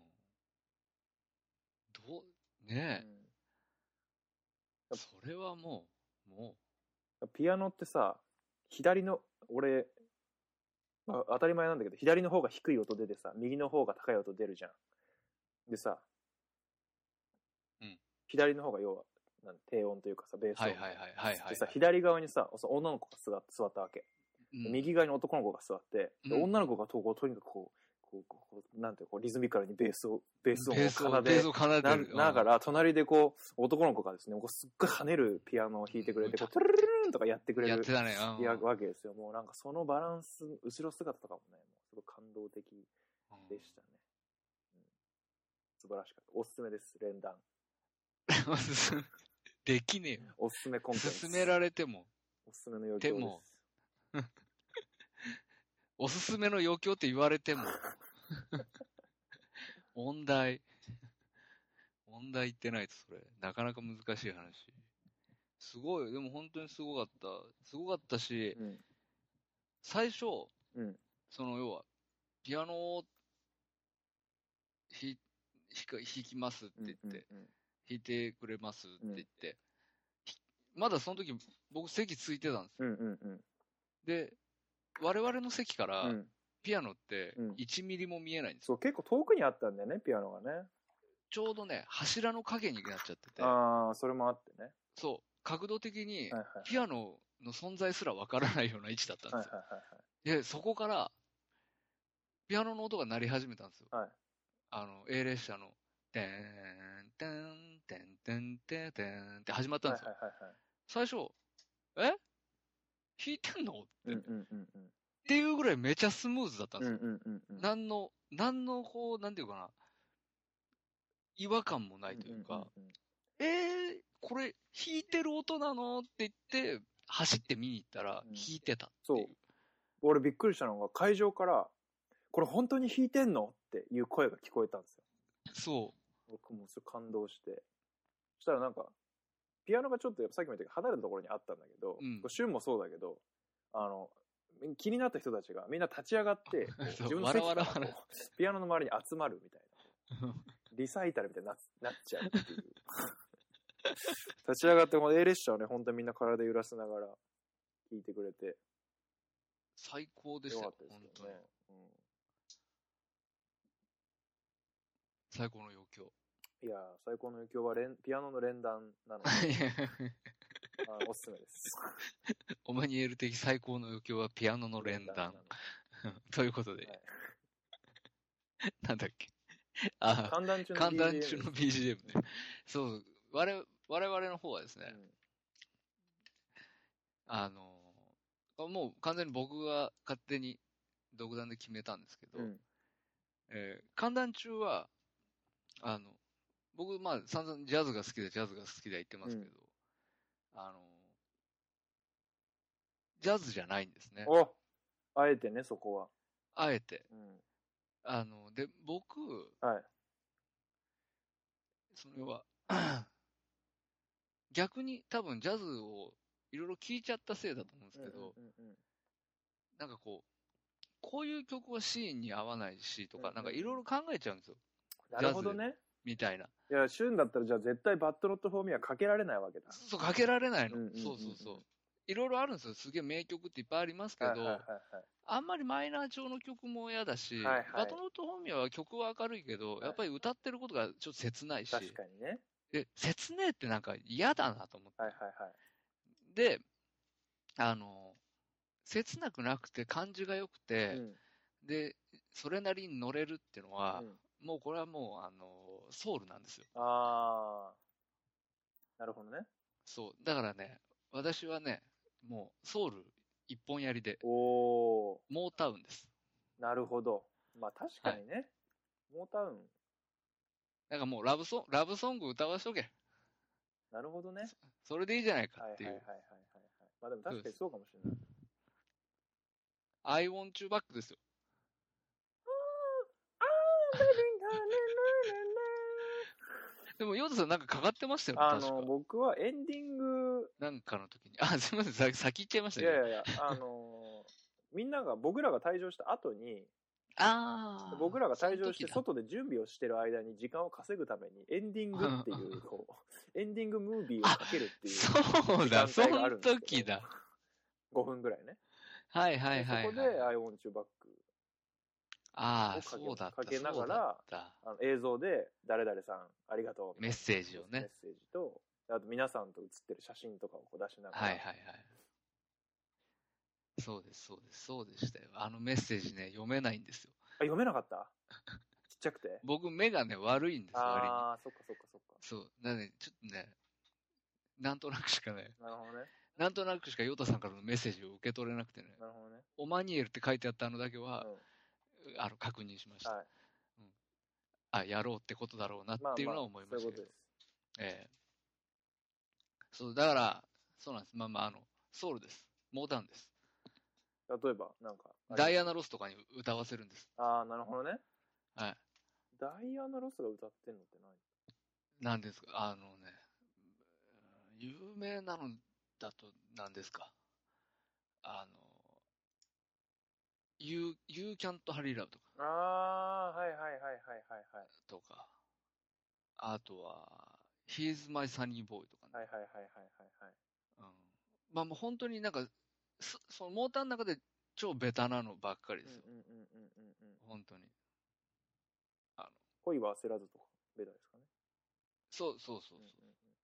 どう、ねえ。うん、それはもう、もう。ピアノってさ、左の、俺、まあ、当たり前なんだけど、左の方が低い音出てさ、右の方が高い音出るじゃん。でさ、うん、左の方が要は、低音というかさ、ベース音。はいはいはいはい、はい。でさ、左側にさ、女の子が座座ったわけ。うん、右側に男の子が座って、うん、女の子がととにかくこう、こう、こう、なんていうこう、リズミカルにベースを、ベース音を奏で、な, ながら、隣でこう、男の子がですね、こうすっごい跳ねるピアノを弾いてくれて、こう、トゥルルルルンとかやってくれる。やってたね。いや、わけですよ。もうなんかそのバランス、後ろ姿とかもね、もうすごい感動的でしたね。うん、素晴らしかった。おすすめです、連弾。 おすすめ。できねえよ。 おすすめコンテンツ。 勧められても。 おすすめの余興です。でも。 おすすめの余興って言われても。問題。問題言ってないと、それ。なかなか難しい話。すごい。でも本当にすごかった。すごかったし、うん、最初、うん、その要は、ピアノを弾きますって言って、うんうんうん、弾いてくれますって言って、うん、まだその時僕席ついてたんですよ。うんうんうん、で、我々の席から、ピアノっていちミリも見えないんですよ。 そう、結構遠くにあったんだよね、ピアノがね。 ちょうどね、柱の影になっちゃってて。 ああ、それもあってね。 そう、角度的に、ピアノの存在すらわからないような位置だったんですよ。はいはいはいはい、で、そこから、ピアノの音が鳴り始めたんですよ。はい、あの、A 列車の、てーん、てん、てん、てん、てん、てんって始まったんですよ。はいはいはいはい、最初、え弾いてんのって、うんうんうんうん。っていうぐらいめちゃスムーズだったんですよ。うんうんうんうん、何の、何のこう、なんていうかな、違和感もないというか、うんうんうん、えー、これ弾いてる音なのって言って、走って見に行ったら弾いてたっていう。うん、そう。 俺びっくりしたのが会場から、これ本当に弾いてんのっていう声が聞こえたんですよ。 そう。 僕もそれ感動して。そしたらなんか、ピアノがちょっとさっきも言ったけど離れたところにあったんだけど、うん、シュンもそうだけど、あの、気になった人たちがみんな立ち上がって、自分の席からこうピアノの周りに集まるみたいな。リサイタルみたいに な, なっちゃうっていう。立ち上がって、この A 列車をね、本当にみんな体揺らせながら聴いてくれて。 最高でしたよ、本当に。うん、最高の余興。 いや、最高の余興は連ピアノの連弾なので。 あおすすめです。 オマニエル的最高の余興はピアノの連弾。ということで。はい、なんだっけ。あ、 寒暖中のビージーエム。寒暖中の ビージーエム ね。うん、そう、我、我々の方はですね、うん、あの、もう完全に僕が勝手に独断で決めたんですけど、うん、えー、寒暖中は、あの、僕、まあ、散々ジャズが好きで、ジャズが好きで言ってますけど、うん、あの、ジャズじゃないんですね。 おあえてね、そこは。 あえて。うん、あの、で、僕、はい。それは、逆に多分ジャズをいろいろ聴いちゃったせいだと思うんですけど、うんうんうんうん、なんかこう、こういう曲はシーンに合わないしとか、うんうん、なんかいろいろ考えちゃうんですよ。 なるほどね。 みたいな。 いや、シュンだったらじゃあ絶対バッドノットフォーミーはかけられないわけだ。 そう、かけられないの。うんうんうんうん、そうそうそう。いろいろあるんですよ。すげえ名曲っていっぱいありますけど、はいはいはいはい、あんまりマイナー調の曲も嫌だし、はいはい、バッドノットフォーミーは曲は明るいけど、はい、やっぱり歌ってることがちょっと切ないし。 確かにね。 で、切ねえってなんか嫌だなと思って。はいはいはい。で、あの、切なくなくて感じが良くて、うん、で、それなりに乗れるっていうのは、うん、もうこれはもう、あの、ソウルなんですよ。 あー。なるほどね。 そう。だからね、私はね、もうソウル一本やりで、 おー。 モータウンです。 なるほど。まあ確かにね。はい、モータウン。 なんかもうラブソン、ラブソング歌わしとけ。 なるほどね。 そ, それでいいじゃないかっていう。はいはいはいはい、 はい。まあでも確かにそうかもしれない。 I want you back ですよ。でも、ヨーダさんなんかかかってましたよね、 あの、僕はエンディング。 なんかの時に。あ、すみません、先、先言っちゃいましたね。 いやいやいや、あのー、みんなが、僕らが退場した後に、 ああ。 僕らが退場して外で準備をしてる間に時間を稼ぐためにエンディングっていう、こう、エンディングムービーをかけるっていうそうだ、その時だ。 ごふんぐらいね。 はいはいはい、はい。 そこで I want you back。 ああ、そうだった。 かけながら、あの映像で誰々さんありがとう。 メッセージをね。 メッセージと、あと皆さんと写ってる写真とかをこう出しながら。 はいはいはい。そうです、そうです、そうでしたよ。あのメッセージね、読めないんですよ。 あ、読めなかったちっちゃくて僕、目がね、悪いんですよ、割に。 ああ、そっかそっかそっか。 そう。だね、ちょっとね、なんとなくしかね。 なるほどね。 なんとなくしかヨタさんからのメッセージを受け取れなくてね。 なるほどね。 オマニエルって書いてあったのだけは、うん、あの、確認しました。はい。うん。あ、やろうってことだろうなっていうのは思いましたけど。まあまあ、そういうことです。ええー。そう、だから、そうなんです。まあまあ、あの、ソウルです。モータウンです。 例えば、なんか。 ダイアナ・ロスとかに歌わせるんです。 ああ、なるほどね。 はい。 ダイアナ・ロスが歌ってんのって何なんですかあのね、有名なのだと何ですかあの、You, you Can't Hurry Love とか。 ああ、はいはいはいはいはいはい。 とか。あとは、He's My Sunny Boy とかね。 はいはいはいはいはい。 うん。まあもう本当になんか、そのモーターの中で超ベタなのばっかりですよ。うんうんうんうんうん。本当に。 あの。恋は焦らずとか、ベタですかね。 そうそうそうそう、うんうんうん。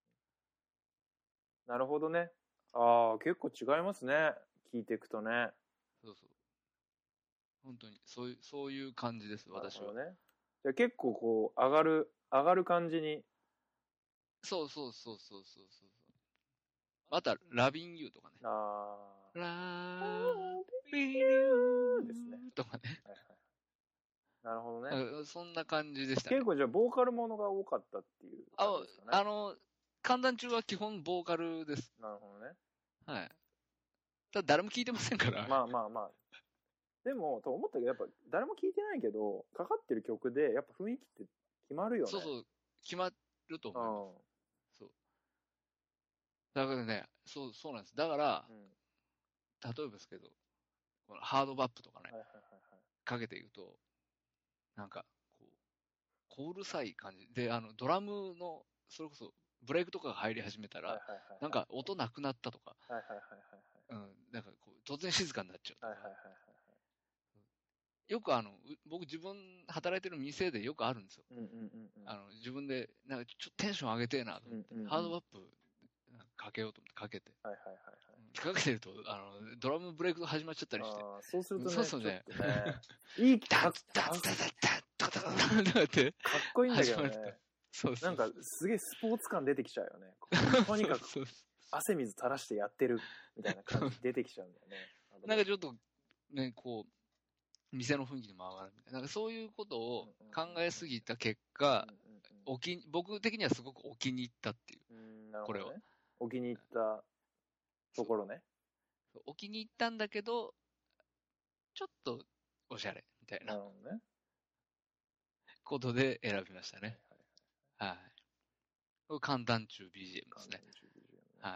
なるほどね。ああ、結構違いますね。聞いていくとね。 そうそう。本当に、そういう、そういう感じです、私は。 ね。じゃあ結構こう、上がる、上がる感じに。 そうそうそうそうそうそう。また、ラビンユーとかね。ああ。ラビンユーですね。とかね。はいはい。 なるほどね。 そんな感じでしたね。 結構じゃあ、ボーカルものが多かったっていう感じですかね。 あ、あの、寒暖中は基本ボーカルです。 なるほどね。 はい。ただ誰も聞いてませんから。 まあまあまあ。でも、と思ったけど、やっぱ誰も聞いてないけど、かかってる曲で、やっぱ雰囲気って決まるよね。 そうそう、決まると思います。そう。だからね、そう、そうなんです。だから、うん、例えばですけど、このハードバップとかね、はいはいはいはい、かけていくと、なんか、こう、こうるさい感じ。で、あの、ドラムの、それこそ、ブレイクとかが入り始めたら、はいはいはいはい、なんか音なくなったとか、はいはいはいはい、うん、なんかこう、突然静かになっちゃうとか、はいはいはいはい、よくあの、僕自分働いてる店でよくあるんですよ。うんうんうんうん、あの自分で、なんかちょっとテンション上げてえなと思って、うんうんうん、ハードバップかけようと思ってかけて。 はいはいはいはい。 かけてると、あの、ドラムブレイク始まっちゃったりして。 あそうするとね、 そうそうね。 いいダッダッダッダッダッダッダッって。 かっこいいんだけどね。 そうそう。 なんかすげえスポーツ感出てきちゃうよね。とにかく汗水垂らしてやってるみたいな感じ出てきちゃうんだよね。 なんかちょっと、ね、こう、店の雰囲気にも上がるみたいな。なんかそういうことを考えすぎた結果、おき僕的にはすごくお気に入ったっていう。うんなるほどね、これは。 お気に入ったところね。 お気に入ったんだけど、ちょっとおしゃれみたいな。なるほどね。ことで選びましたね。はい、はい。これ簡単中 ビージーエム ですね。はい。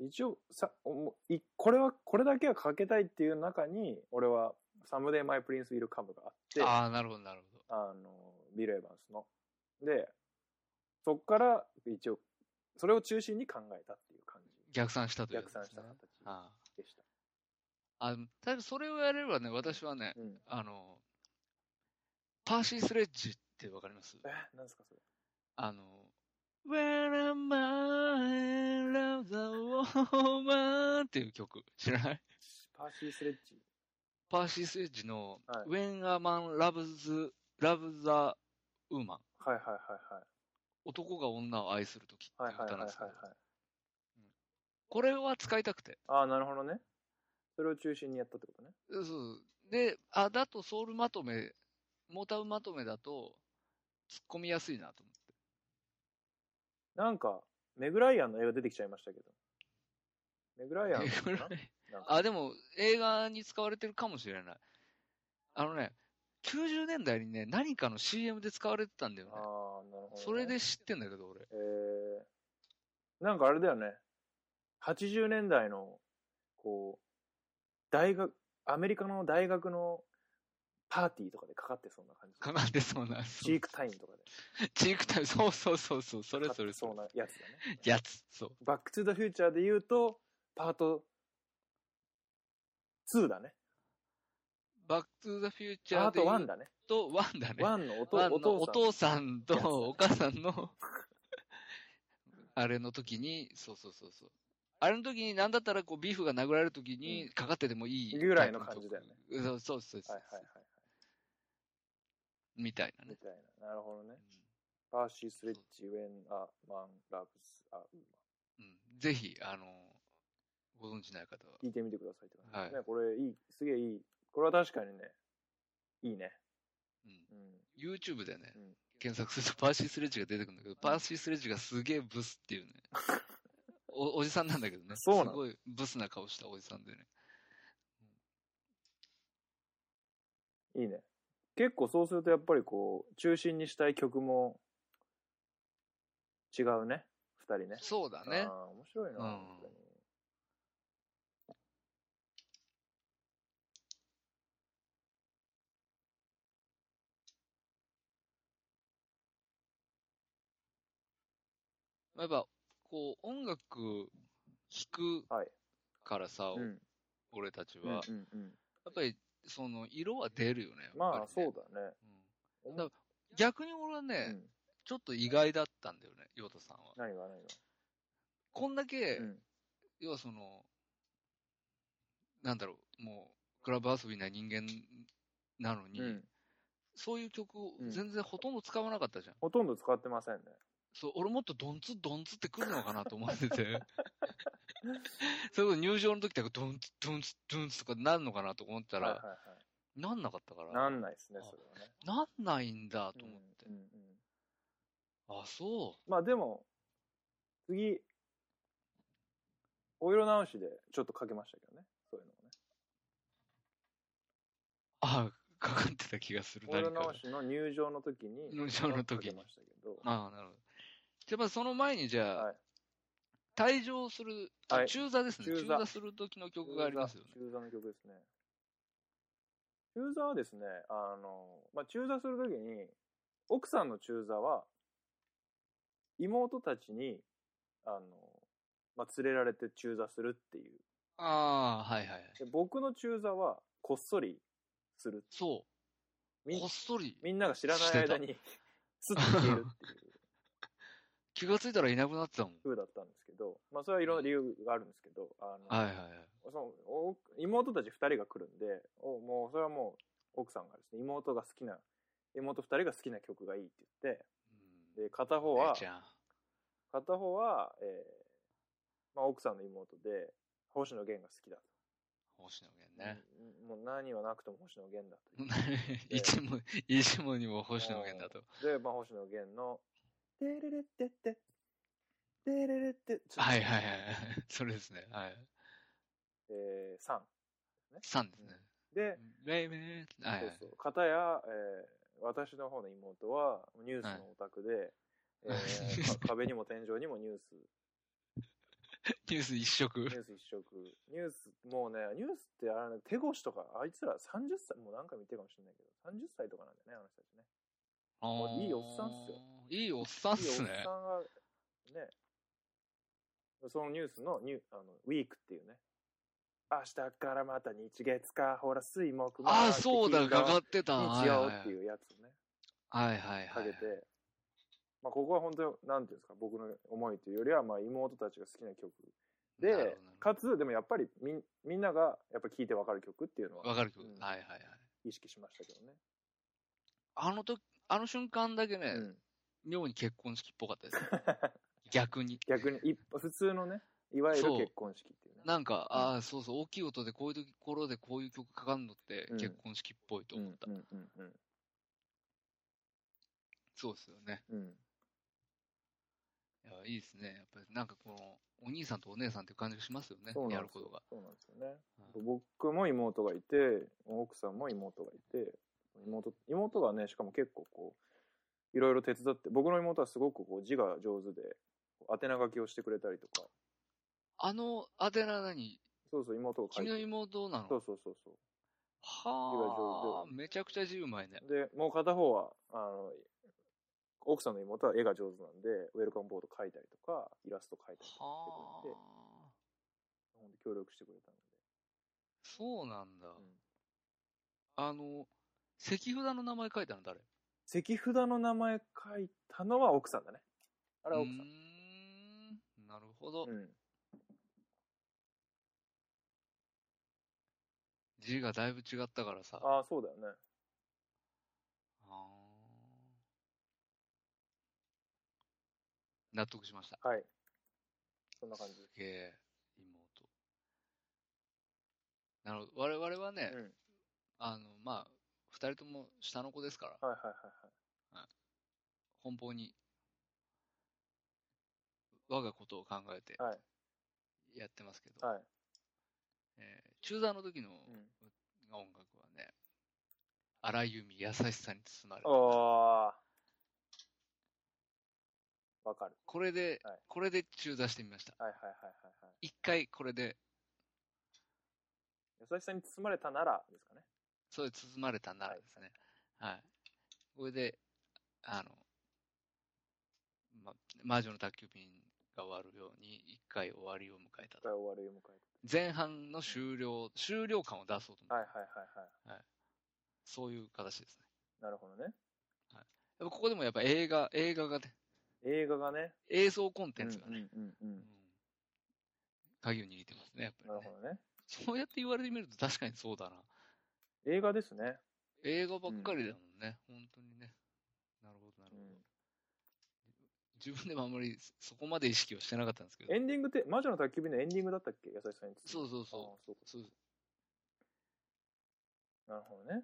一応さい、これは、これだけはかけたいっていう中に、俺は、サムデイマイプリンスウィルカムがあって。 ああ、なるほど、なるほど。 あの、ビル・エヴァンスの。で、そっから、一応、それを中心に考えたっていう感じ。 逆算したという、 ね。逆算した形でした。 ああ、ただそれをやれればね、私はね、うん、あの、パーシースレッジってわかります？ え、なんですかそれ。 あの、When am I love the woman っていう曲、知らない？ パーシースレッジパーシースレッジの、はい、When a man loves, loves the woman。 はいはいはいはい。 男が女を愛するときっていう歌なんですけど。これは使いたくて。 ああ、なるほどね。それを中心にやったってことね。 そう。で、あ、だとソウルまとめ、モータウンまとめだと、突っ込みやすいなと思って。 なんか、メグライアンの映画出てきちゃいましたけど。メグライアンかなあ、でも、映画に使われてるかもしれない。あのね、きゅうじゅうねんだいにね、何かの シーエム で使われてたんだよね。ああ、なるほど、ね。それで知ってんだけど、俺。 えー、なんかあれだよね。はちじゅうねんだいの、こう、大学、アメリカの大学のパーティーとかでかかってそうな感じ。 かかってそうな。 チークタイムとかで。 チークタイム、そうそうそうそう、それそれそうなやつだね。 やつ、そう。 バックトゥザフューチャーで言うと、パートツーだね。 バックトゥザフューチャーパートワンだね。 と、ワンだね。 ワンのお父さんとお母さんの、あれの時に、そうそうそうそう。あれの時に、なんだったらこうビーフが殴られる時にかかっててもいい、 ぐらいの感じだよね。 そうそうそう。はいはいはい。みたいなね。 みたいな。なるほどね。パーシースレッジ、when a man loves a woman。 うん。ぜひ、あの、ご存知ない方は。 聞いてみてくださいって感じですね。はい。これいい、すげえいい。これは確かにね、いいね。 うん。YouTube でね、検索するとパーシースレッジが出てくるんだけど、パーシースレッジがすげえブスっていうね。お, おじさんなんだけどね。そうなの？すごいブスな顔したおじさんでね。 いいね。結構そうするとやっぱりこう、中心にしたい曲も違うね。二人ね。 そうだね。 ああ、面白いな、うん、本当に。 やっぱ、こう、音楽弾くからさ、はい、俺たちは、うんうんうん。やっぱり、その、色は出るよね。ねまあ、そうだね。 うん、だ逆に俺はね、うん、ちょっと意外だったんだよね、ヨタさんは。 何が何が。 こんだけ、うん、要はその、なんだろう、もう、クラブ遊びな人間なのに、うん、そういう曲を全然ほとんど使わなかったじゃん。 ほとんど使ってませんね。 そう、俺もっとドンツドンツって来るのかなと思ってて。それこそ入場の時とかドンツドンツドンツとかなんのかなと思ったら、はいはいはい、なんなかったから。 なんないですね、それはね。 なんないんだと思って。うんうんうん、あ、そう。 まあでも、次、お色直しでちょっとかけましたけどね。そういうのもね。 ああ、かかってた気がする。 お色直しの入場の時に。 入場の時に。かけましたけど。ああ、なるほど。じゃあ、その前にじゃあ、はい、退場する、あ、はい、中座ですね。中座する時の曲がありますよね。 中座の曲ですね。中座はですね、あの、まあ、中座する時に、奥さんの中座は、妹たちに、あの、まあ、連れられて中座するっていう。 ああ、はいはい。 で僕の中座は、こっそりする。 そう。こっそり。 みんなが知らない間に、スッと消えるっていう。 気がついたらいなくなってたもん。 風だったんですけど、まあそれはいろんな理由があるんですけど、あの、 はいはいはい。 その妹たちふたりが来るんで、おもうそれはもう奥さんがですね、妹が好きな、妹ふたりが好きな曲がいいって言って、うん、で、片方は、片方は、えーまあ、奥さんの妹で、星野源が好きだと。 星野源ね。 もう何はなくとも星野源だと。 一問、一問にも星野源だと。 で、まあ、星野源の、てれれってって、てれれって、 はいはいはい。それですね。はい。 えー、さんですね。 さんですね。 で、 ベイベー、はい、 そうそう。片や、えー、私の方の妹はニュースのオタクで、はい、えー、壁にも天井にもニュース。 ニュース一色。 ニュース一色。ニュース、もうね、ニュースってあれ、ね、手越しとか、あいつらさんじゅっさい、もう何回も言ってるかもしれないけど、さんじゅっさいとかなんだよね、あの人たちね。あいいおっさんっすよ。 いいおっさんっすね。 いいおっさんが、ね、そのニュースのニュあのウィークっていうね、明日からまた日月か、ほら、水木もああ、そうだ、かかってた。 日曜っていうやつをね。 はいはいはい。 かけて、まあ、ここは本当に、なんていうんですか、僕の思いというよりは、まあ、妹たちが好きな曲で、かつ、でもやっぱりみ、みんなが、やっぱ聴いてわかる曲っていうのは。 わかる曲、うん。はいはいはい。 意識しましたけどね。 あの時、あの瞬間だけね、うん、妙に結婚式っぽかったですね。逆に。 逆に、一普通のね、いわゆる結婚式っていうね。 なんか、うん、ああ、そうそう、大きい音でこういうところでこういう曲かかるのって結婚式っぽいと思った。 うんうんうんうん、 そうですよね。 うん。 いや、いいですね。やっぱりなんかこの、お兄さんとお姉さんっていう感じがしますよね。やることが。 そうなんですよね。うん、僕も妹がいて、奥さんも妹がいて、妹、妹がね、しかも結構こう、いろいろ手伝って、僕の妹はすごくこう字が上手で、宛名書きをしてくれたりとか。 あの宛名何？ そうそう、妹が書いて。 君の妹なの？ そうそうそうそう。 はあ、めちゃくちゃ字うまいね。 で、もう片方は、あの、奥さんの妹は絵が上手なんで、ウェルカムボード描いたりとか、イラスト描いたりとかしてくれて、ほんで協力してくれたので。 そうなんだ。うん、あの、石札の名前書いたの誰？ 石札の名前書いたのは奥さんだね。あれは奥さん。うーん、なるほど。うん、字がだいぶ違ったからさ。 ああ、そうだよね。 あ納得しました。 はい。そんな感じです。 すげえ、妹。なるほど。我々はね、うん、あの、まあ、二人とも下の子ですから。 はいはいはいはい。はい、 奔放に、我がことを考えて、やってますけど。はい。えー、中座の時の音楽はね、荒井由実、優しさに包まれて。 おー。わかる。 これで、はい、これで中座してみました。 はいはいはいはい、はい。 一回これで。 優しさに包まれたならですかね。 そうで包まれたならですね。はい。はい、これで、あの、ま、魔女の宅急便が終わるように、一回終わりを迎えたと。 一回終わりを迎えた。 前半の終了、うん、終了感を出そうと思って。 はいはいはいはい。はい、 そういう形ですね。 なるほどね。 はい。ここでもやっぱ映画、映画がね。 映画がね。 映像コンテンツがね。 うんうんうんうん、 鍵を握ってますね、やっぱり、ね。 なるほどね。 そうやって言われてみると確かにそうだな。 映画ですね。 映画ばっかりだもんね。うん、本当にね。なるほど、なるほど。うん、自分でもあんまりそこまで意識をしてなかったんですけど。 エンディングって、魔女の宅急便のエンディングだったっけ？優しさに。 そうそうそう。あそうそうなるほどね。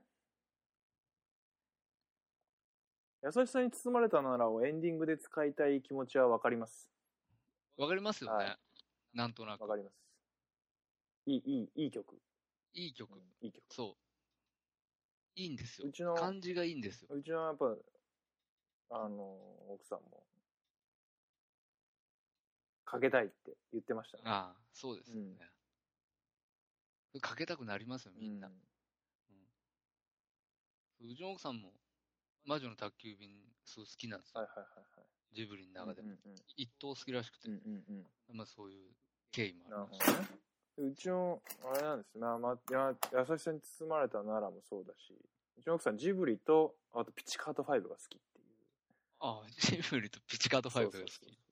優しさに包まれたならをエンディングで使いたい気持ちはわかります。 わかりますよね。はい、なんとなく。 わかります。いい、いい、いい曲。 いい曲。うん、 いい曲。 そう。いいんですよ。うちの感じがいいんですよ。 うちのやっぱ、あの、奥さんも、かけたいって言ってましたね。 ああ、そうですよね。うん、かけたくなりますよ、みんな。うんうん、うちの奥さんも、魔女の宅急便、すごい好きなんですよ。はいはいはいはい。ジブリの中でも。うんうんうん、一等好きらしくて。うんうんうん、まあそういう経緯もあります。なるほどね。 うちの、あれなんですね。まあ、や優しさに包まれたならもそうだし、うちの奥さんジブリと、あとピチカートファイブが好きっていう。 ああ、ジブリとピチカートファイブが好き。そうそうそう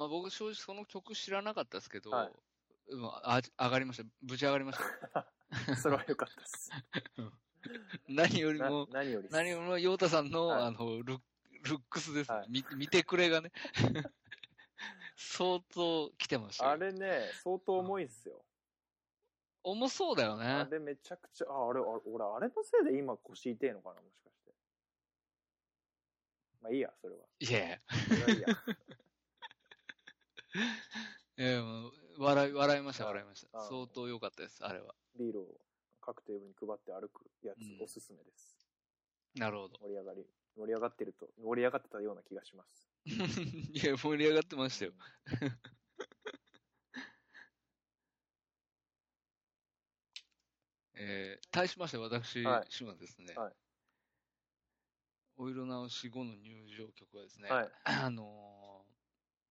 まあ僕正直その曲知らなかったですけど、はい、うん、あ上がりました。ぶち上がりました。 それは良かったです。 何よりも、 何より何よりも、陽太さんの、はい、あの、ルッ、ルックスですね。はい、見、見てくれがね。相当来てましたよ。 あれね、相当重いっすよ。 重そうだよね。 あれめちゃくちゃ、あ、あれ、あ俺、あれのせいで今腰痛いのかな、もしかして。まあいいや、それは。 いやいや。 それはいいや。 いや、もう、笑い、笑いました、笑いました。相当良かったです、あれは。 ビールを各テーブルに配って歩くやつ、うん、おすすめです。 なるほど。 盛り上がり、盛り上がってると、盛り上がってたような気がします。 いや、盛り上がってましたよ。えー、対しまして私、はい、島ですね。はい、お色直し後の入場曲はですね、はい、あのー、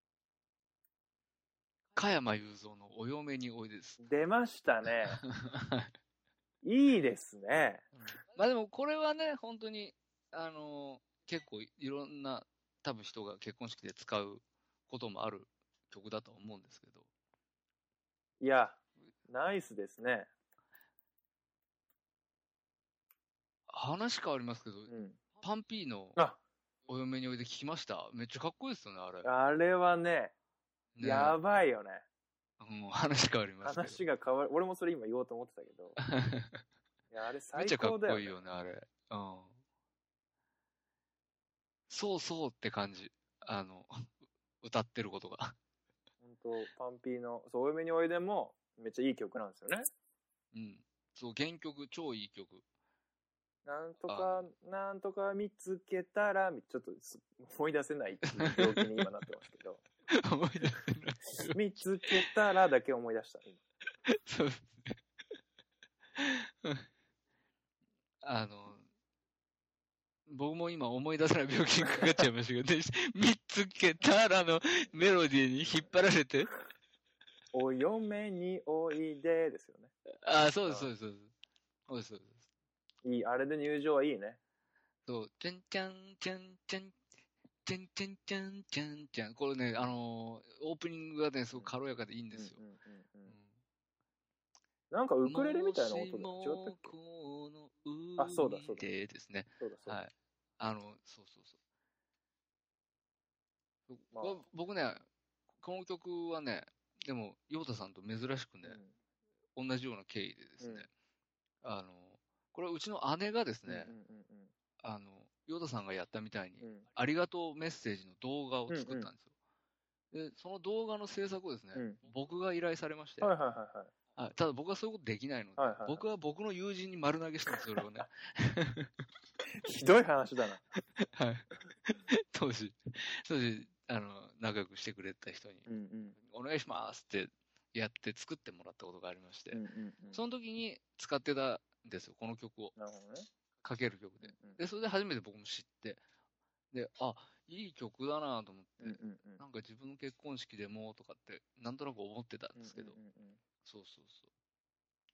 加山雄三のお嫁においでです。 出ましたね。いいですね。 まあでもこれはね、本当に、あのー、結構いろんな多分人が結婚式で使うこともある曲だと思うんですけど。 いや、ナイスですね。 話変わりますけど、うん、パンピーのお嫁においで聞きました？めっちゃかっこいいですよね、あれ。 あれはね、ねやばいよね。 うん、話変わりますけど。 話が変わる。俺もそれ今言おうと思ってたけど。いや、あれ最高だよ、ね。めっちゃかっこいいよね、あれ。うん。そうそうって感じ。あの、歌ってることが。 本当パンピーの、そう、お嫁においでもめっちゃいい曲なんですよね。 うん。そう、原曲、超いい曲。 なんとか、なんとか見つけたら、ちょっと思い出せないっていう病気に今なってますけど。 思い出せない。 見つけたらだけ思い出した、今。 そうですね。あの、僕も今思い出せない病気にかかっちゃいましたけど、見つけたらのメロディーに引っ張られて。 お嫁においでですよね。 ああ、そうです、そうです、そうです。そうです、そうです。 いい、あれで入場はいいね。 そう、ちゃんちゃんちゃんちゃん、ちゃんちゃんちゃんちゃんちゃん。これね、あのー、オープニングがね、すごく軽やかでいいんですよ。 なんかウクレレみたいな音だ。違ったっけ？あ、そうだ、そうだ。 ですね。 そうだ、そうだ。 はい。あの、そうそうそう。まあ、僕ね、この曲はね、でも、陽太さんと珍しくね、うん、同じような経緯でですね、うん、あの、これはうちの姉がですね、あの、陽太さんがやったみたいに、うん、ありがとうメッセージの動画を作ったんですよ。うんうん、で、その動画の制作をですね、うん、僕が依頼されまして、 はいはいはいはい。 はい、ただ僕はそういうことできないので、はいはいはい、僕は僕の友人に丸投げしたんですよ、それをね。 ひどい話だな。 はい。当時、当時、あの、仲良くしてくれた人に、うんうん、お願いしますってやって作ってもらったことがありまして、うんうんうん、その時に使ってたんですよ、この曲を。 なるほどね。 かける曲で。うんうん、で、それで初めて僕も知って、で、あ、いい曲だなと思って、うんうんうん、なんか自分の結婚式でもとかって、なんとなく思ってたんですけど、うんうんうん、そうそうそう。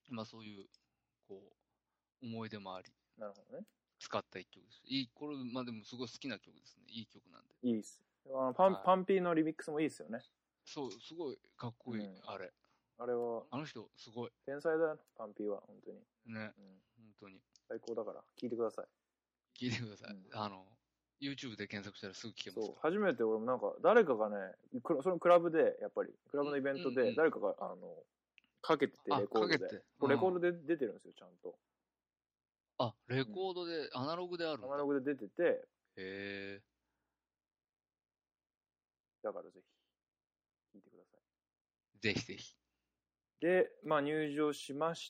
まあそういう、こう、思い出もあり。 なるほどね。 使った一曲です。いい、これ、まあでもすごい好きな曲ですね。いい曲なんで。 いいっす。あのパン、はい、パンピーのリミックスもいいっすよね。 そう、すごいかっこいい、うん、あれ。 あれは、 あの人、すごい。 天才だよ、パンピーは、本当に。 ね、うん、本当に。 最高だから、聴いてください。 聴いてください。うん、あの、YouTube で検索したらすぐ聴けますから。 そう、初めて俺もなんか、誰かがね、そのクラブで、やっぱり、クラブのイベントで、誰かが、あの、かけてて、レコードで。うん、レコードで出てるんですよ、ちゃんと。 あ、レコードで、うん、アナログであるんだ。 アナログで出てて。 へえ。 だからぜひ、聴いてください。 ぜひぜひ。 で、まあ入場しまして、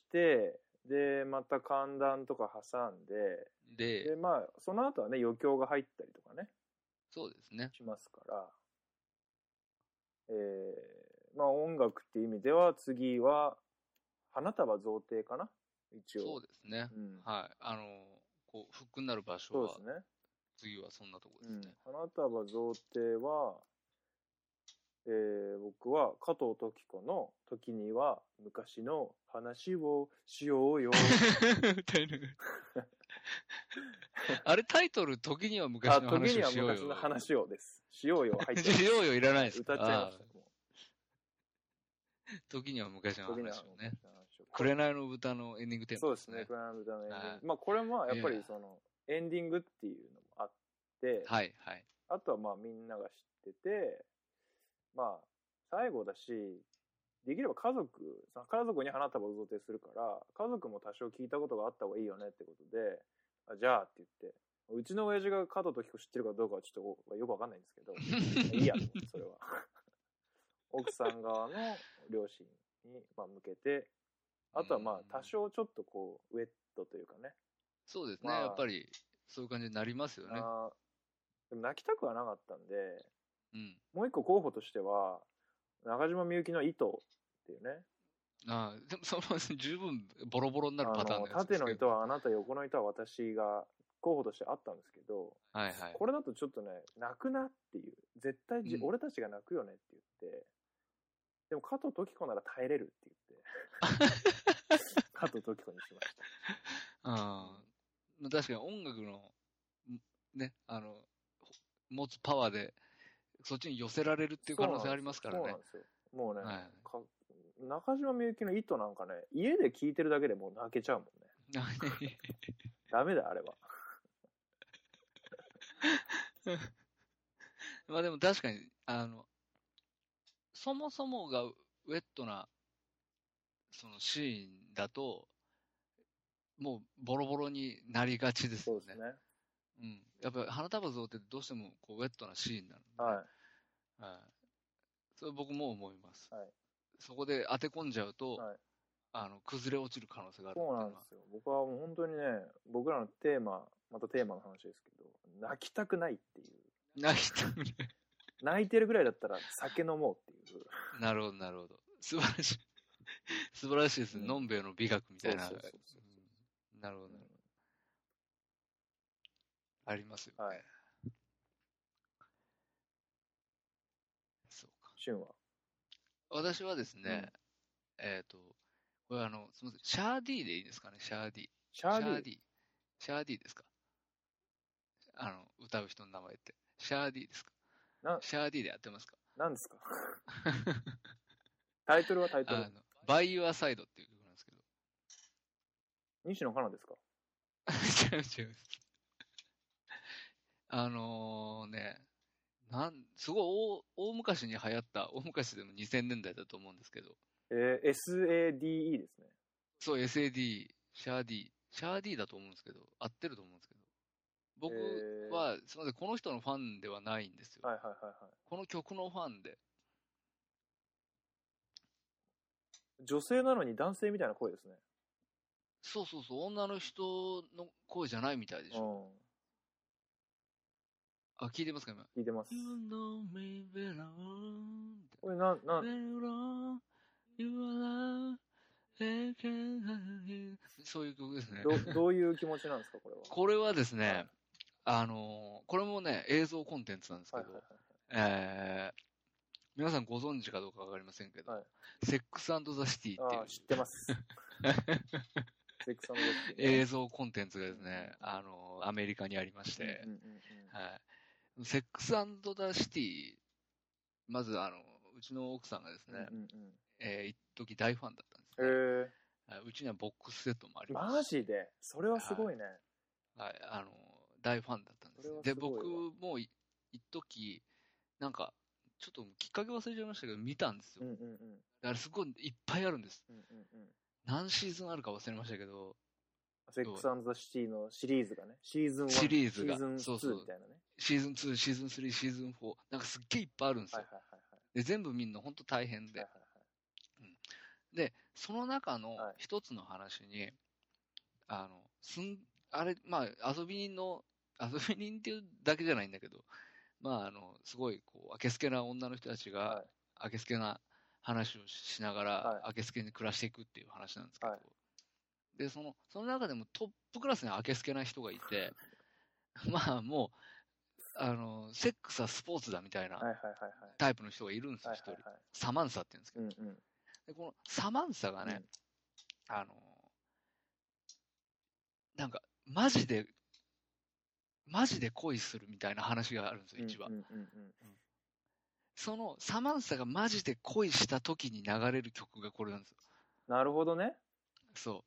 で、また寒暖とか挟んで、 で、 で、まあ、その後はね、余興が入ったりとかね。 そうですね。 しますから、えー、まあ音楽っていう意味では、次は、花束贈呈かな一応。 そうですね。うん、はい。あの、こう、フックになる場所は、そうですね。次はそんなとこですね。 うん、花束贈呈は、えー、僕は加藤登紀子の時には昔の話をしようよ。 あれタイトル、時には昔の話をしようよ。 時には昔の話をです。しようよ、入ってしようよいらないです。 歌っちゃいました。 時には昔の話をね。紅の豚のエンディングテーマですね。そうですね、紅の豚のエンディング。まあこれもやっぱりその、エンディングっていうのもあって、 はいはい。 あとはまあみんなが知ってて、まあ最後だし、できれば家族、家族に花束を贈呈するから、家族も多少聞いたことがあった方がいいよねってことで、あじゃあって言って、うちの親父が加藤時子知ってるかどうかはちょっとよくわかんないんですけど、いいや、それは。奥さん側の両親に、まあ、向けて、あとはまあ多少ちょっとこう、ウェットというかね。 そうですね、まあ、やっぱりそういう感じになりますよね。あでも泣きたくはなかったんで、 うん、 もう一個候補としては、中島みゆきの糸っていうね。 ああ、でもその十分ボロボロになるパターンのやつですけど、縦の糸はあなた、横の糸は私が候補としてあったんですけど、 はいはい、 これだとちょっとね、泣くなっていう、絶対、うん、俺たちが泣くよねって言って、でも加藤登紀子なら耐えれるって言って、加藤登紀子にしました。 ああ、確かに音楽の、ね、あの、持つパワーで、そっちに寄せられるっていう可能性ありますからね。 そうなんですよ。もうね、はい、か中島みゆきの糸なんかね、家で聴いてるだけでもう泣けちゃうもんね。ダメだ、あれは。 まあでも確かに、あの、そもそもがウェットな、そのシーンだと、もうボロボロになりがちですよね。そうですね。うん。やっぱり花束像ってどうしてもこうウェットなシーンなので、はい。はい。それ僕も思います。はい。そこで当て込んじゃうと、はい、あの、崩れ落ちる可能性がある。 そうなんですよ。僕はもう本当にね、僕らのテーマ、またテーマの話ですけど、泣きたくないっていう。 泣きたくない。 泣いてるぐらいだったら酒飲もうっていう。 なるほど、なるほど。素晴らしい。素晴らしいですね。のんべえの美学みたいな。そうそうそうそう、うん、なるほど、なるほど。ありますよね。はい。そうか。 旬は私はですね、うん、えっ、ー、と、これあの、すみません、シャーディーでいいですかね、シャーディー。 シャーディー。 シャーディーですか。あの、歌う人の名前って。シャーディーですか。シャーディーでやってますか。 何ですかタイトルはタイトル。 あの、バイユアサイドっていう曲なんですけど。 西野カナですか。 違う違う。あのー、ね、なん、すごい大、大昔に流行った、大昔でもにせんねんだいだと思うんですけど。 えー、エスエーディーイー ですね。 そう、エスエーディー、シャーディー。シャーディーだと思うんですけど、合ってると思うんですけど。僕は、えー、すみません、この人のファンではないんですよ。 はいはいはいはい。 この曲のファンで。 女性なのに男性みたいな声ですね。 そうそうそう、女の人の声じゃないみたいでしょ。うん、あ、聞いてますか今。 聞いてます。これな、な、 そういう曲ですね。 ど、どういう気持ちなんですか、これは。 これはですね、はい、あのー、これもね、映像コンテンツなんですけど、はいはいはいはい、えー、皆さんご存知かどうかわかりませんけど、はい、セックス&ザ・シティっていう。 知ってます。セックス&ザ・シティ、 ね。映像コンテンツがですね、あのー、アメリカにありまして、うんうんうんうん、はい、セックス&ザ・シティ、まずあの、うちの奥さんがですね、うんうんうん、えー、一時大ファンだったんですね。へー、うちにはボックスセットもあります。 マジでそれはすごいね。 はい、はい、あの、大ファンだったんです。で、僕も一時なんか、ちょっときっかけ忘れちゃいましたけど、見たんですよ。うんうんうん、だからすごいいっぱいあるんです。うんうんうん、何シーズンあるか忘れましたけど、 セックス&ザ・シティのシリーズがね、シーズンワン、 シリーズが、 シーズンツーみたいなね。 シーズンツー、シーズンスリー、シーズンフォー、なんかすっげえいっぱいあるんですよ。はいはいはいはい、で全部見るの本当大変で、はいはいはい、うん。で、その中の一つの話に、はい、あの、すん、あれ、まあ、遊び人の、遊び人っていうだけじゃないんだけど、まあ、あの、すごい、こう、あけすけな女の人たちが、はい、あけすけな話をしながら、はい、あけすけに暮らしていくっていう話なんですけど、はい、で、その、その中でもトップクラスにあけすけな人がいて、まあ、もう、あの、セックスはスポーツだみたいなタイプの人がいるんですよ、一、はいはいはい、人。サマンサって言うんですけど。うんうん、でこのサマンサがね、うん、あの、なんか、 マジで、マジで恋するみたいな話があるんですよ、一話。その、サマンサがマジで恋した時に流れる曲がこれなんですよ。 なるほどね。 そう。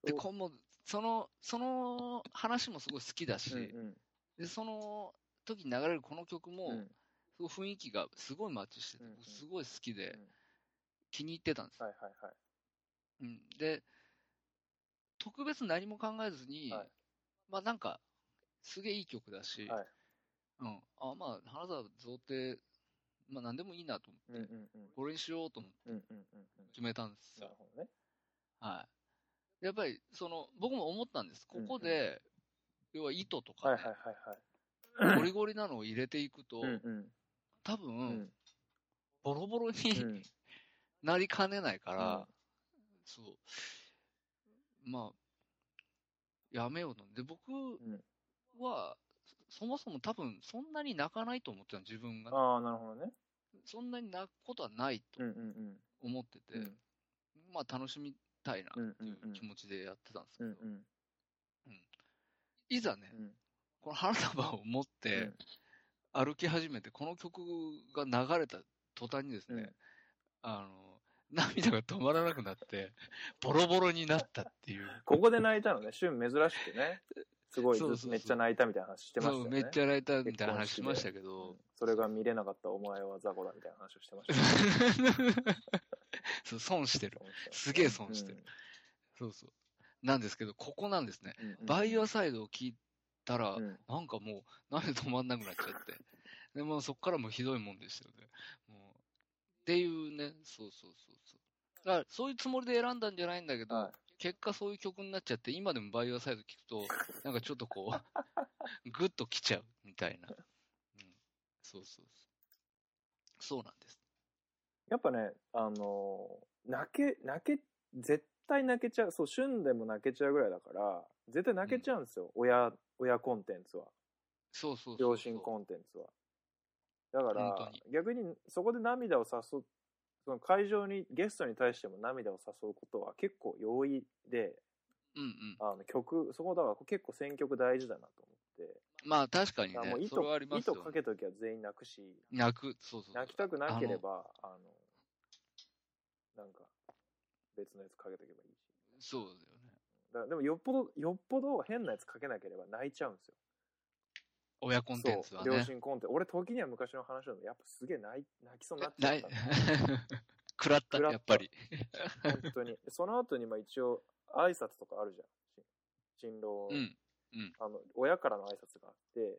で、こもその、その話もすごい好きだし、うんうん、で、その時に流れるこの曲も、うん、すごい雰囲気がすごいマッチしてて、うんうん、すごい好きで、気に入ってたんですよ。はいはいはい。うん。で、特別何も考えずに、はい、まあなんか、すげえいい曲だし、はい、うん。あ、まあ、花沢贈呈、まあ何でもいいなと思って、うんうんうん、これにしようと思って決めたんですよ。なるほどね。はい。やっぱり、その、僕も思ったんです。ここで、うんうん、要は糸とかね、はいはいはいはい、ゴリゴリなのを入れていくと、うんうん、多分、うん、ボロボロに、うん、なりかねないから、うん、そう。まあ、やめようと。で、僕は、そもそも多分そんなに泣かないと思ってたの、自分が、ね。 ああ、なるほどね。 そんなに泣くことはないと思ってて、うんうんうん、まあ楽しみたいなっていう気持ちでやってたんですけど、うんうんうん、いざね、うん、この花束を持って歩き始めて、この曲が流れた途端にですね、うん、あの、涙が止まらなくなって、ボロボロになったっていう。 ここで泣いたのね、旬珍しくね。すごいずっとめっちゃ泣いたみたいな話してましたよね。 そう、めっちゃ泣いたみたいな話しましたけど、うん、 それが見れなかったお前は雑魚だみたいな話をしてました、ね。 そう、損してる。すげえ損してる、うん。そうそう。なんですけど、ここなんですね。うんうん、バイオサイドを聞いたら、うん、なんかもう、涙止まんなくなっちゃって。でもそっからもひどいもんでしたよね。もうっていうね、そうそうそうそう。だからそういうつもりで選んだんじゃないんだけど、はい、結果そういう曲になっちゃって、今でもバイオサイド聞くと、なんかちょっとこう、グッときちゃうみたいな。うん。そうそうそう。そうなんです。 やっぱね、あのー、泣け、泣け、絶対泣けちゃう。そう、旬でも泣けちゃうぐらいだから、絶対泣けちゃうんですよ。うん、親、親コンテンツは。 そうそうそうそう。 両親コンテンツは。だから、逆にそこで涙を誘う、その会場に、ゲストに対しても涙を誘うことは結構容易で、 うんうん、 あの曲、そこだから結構選曲大事だなと思って。 まあ確かにね。 もう糸、それはありますよね。糸かけときは全員泣くし。 泣く、そうそうそう。 泣きたくなければ、あの、あのなんか、別のやつかけとけばいいし。 そうだよね。 だからでもよっぽど、よっぽど変なやつかけなければ泣いちゃうんですよ。 親コンテンツはね。 両親コンテンツ。俺、時には昔の話なので、やっぱすげえ泣きそうになっちゃった。 食らった、やっぱり。 本当に。その後に、まあ一応、挨拶とかあるじゃん。新郎、 うんうん、 あの、親からの挨拶があって、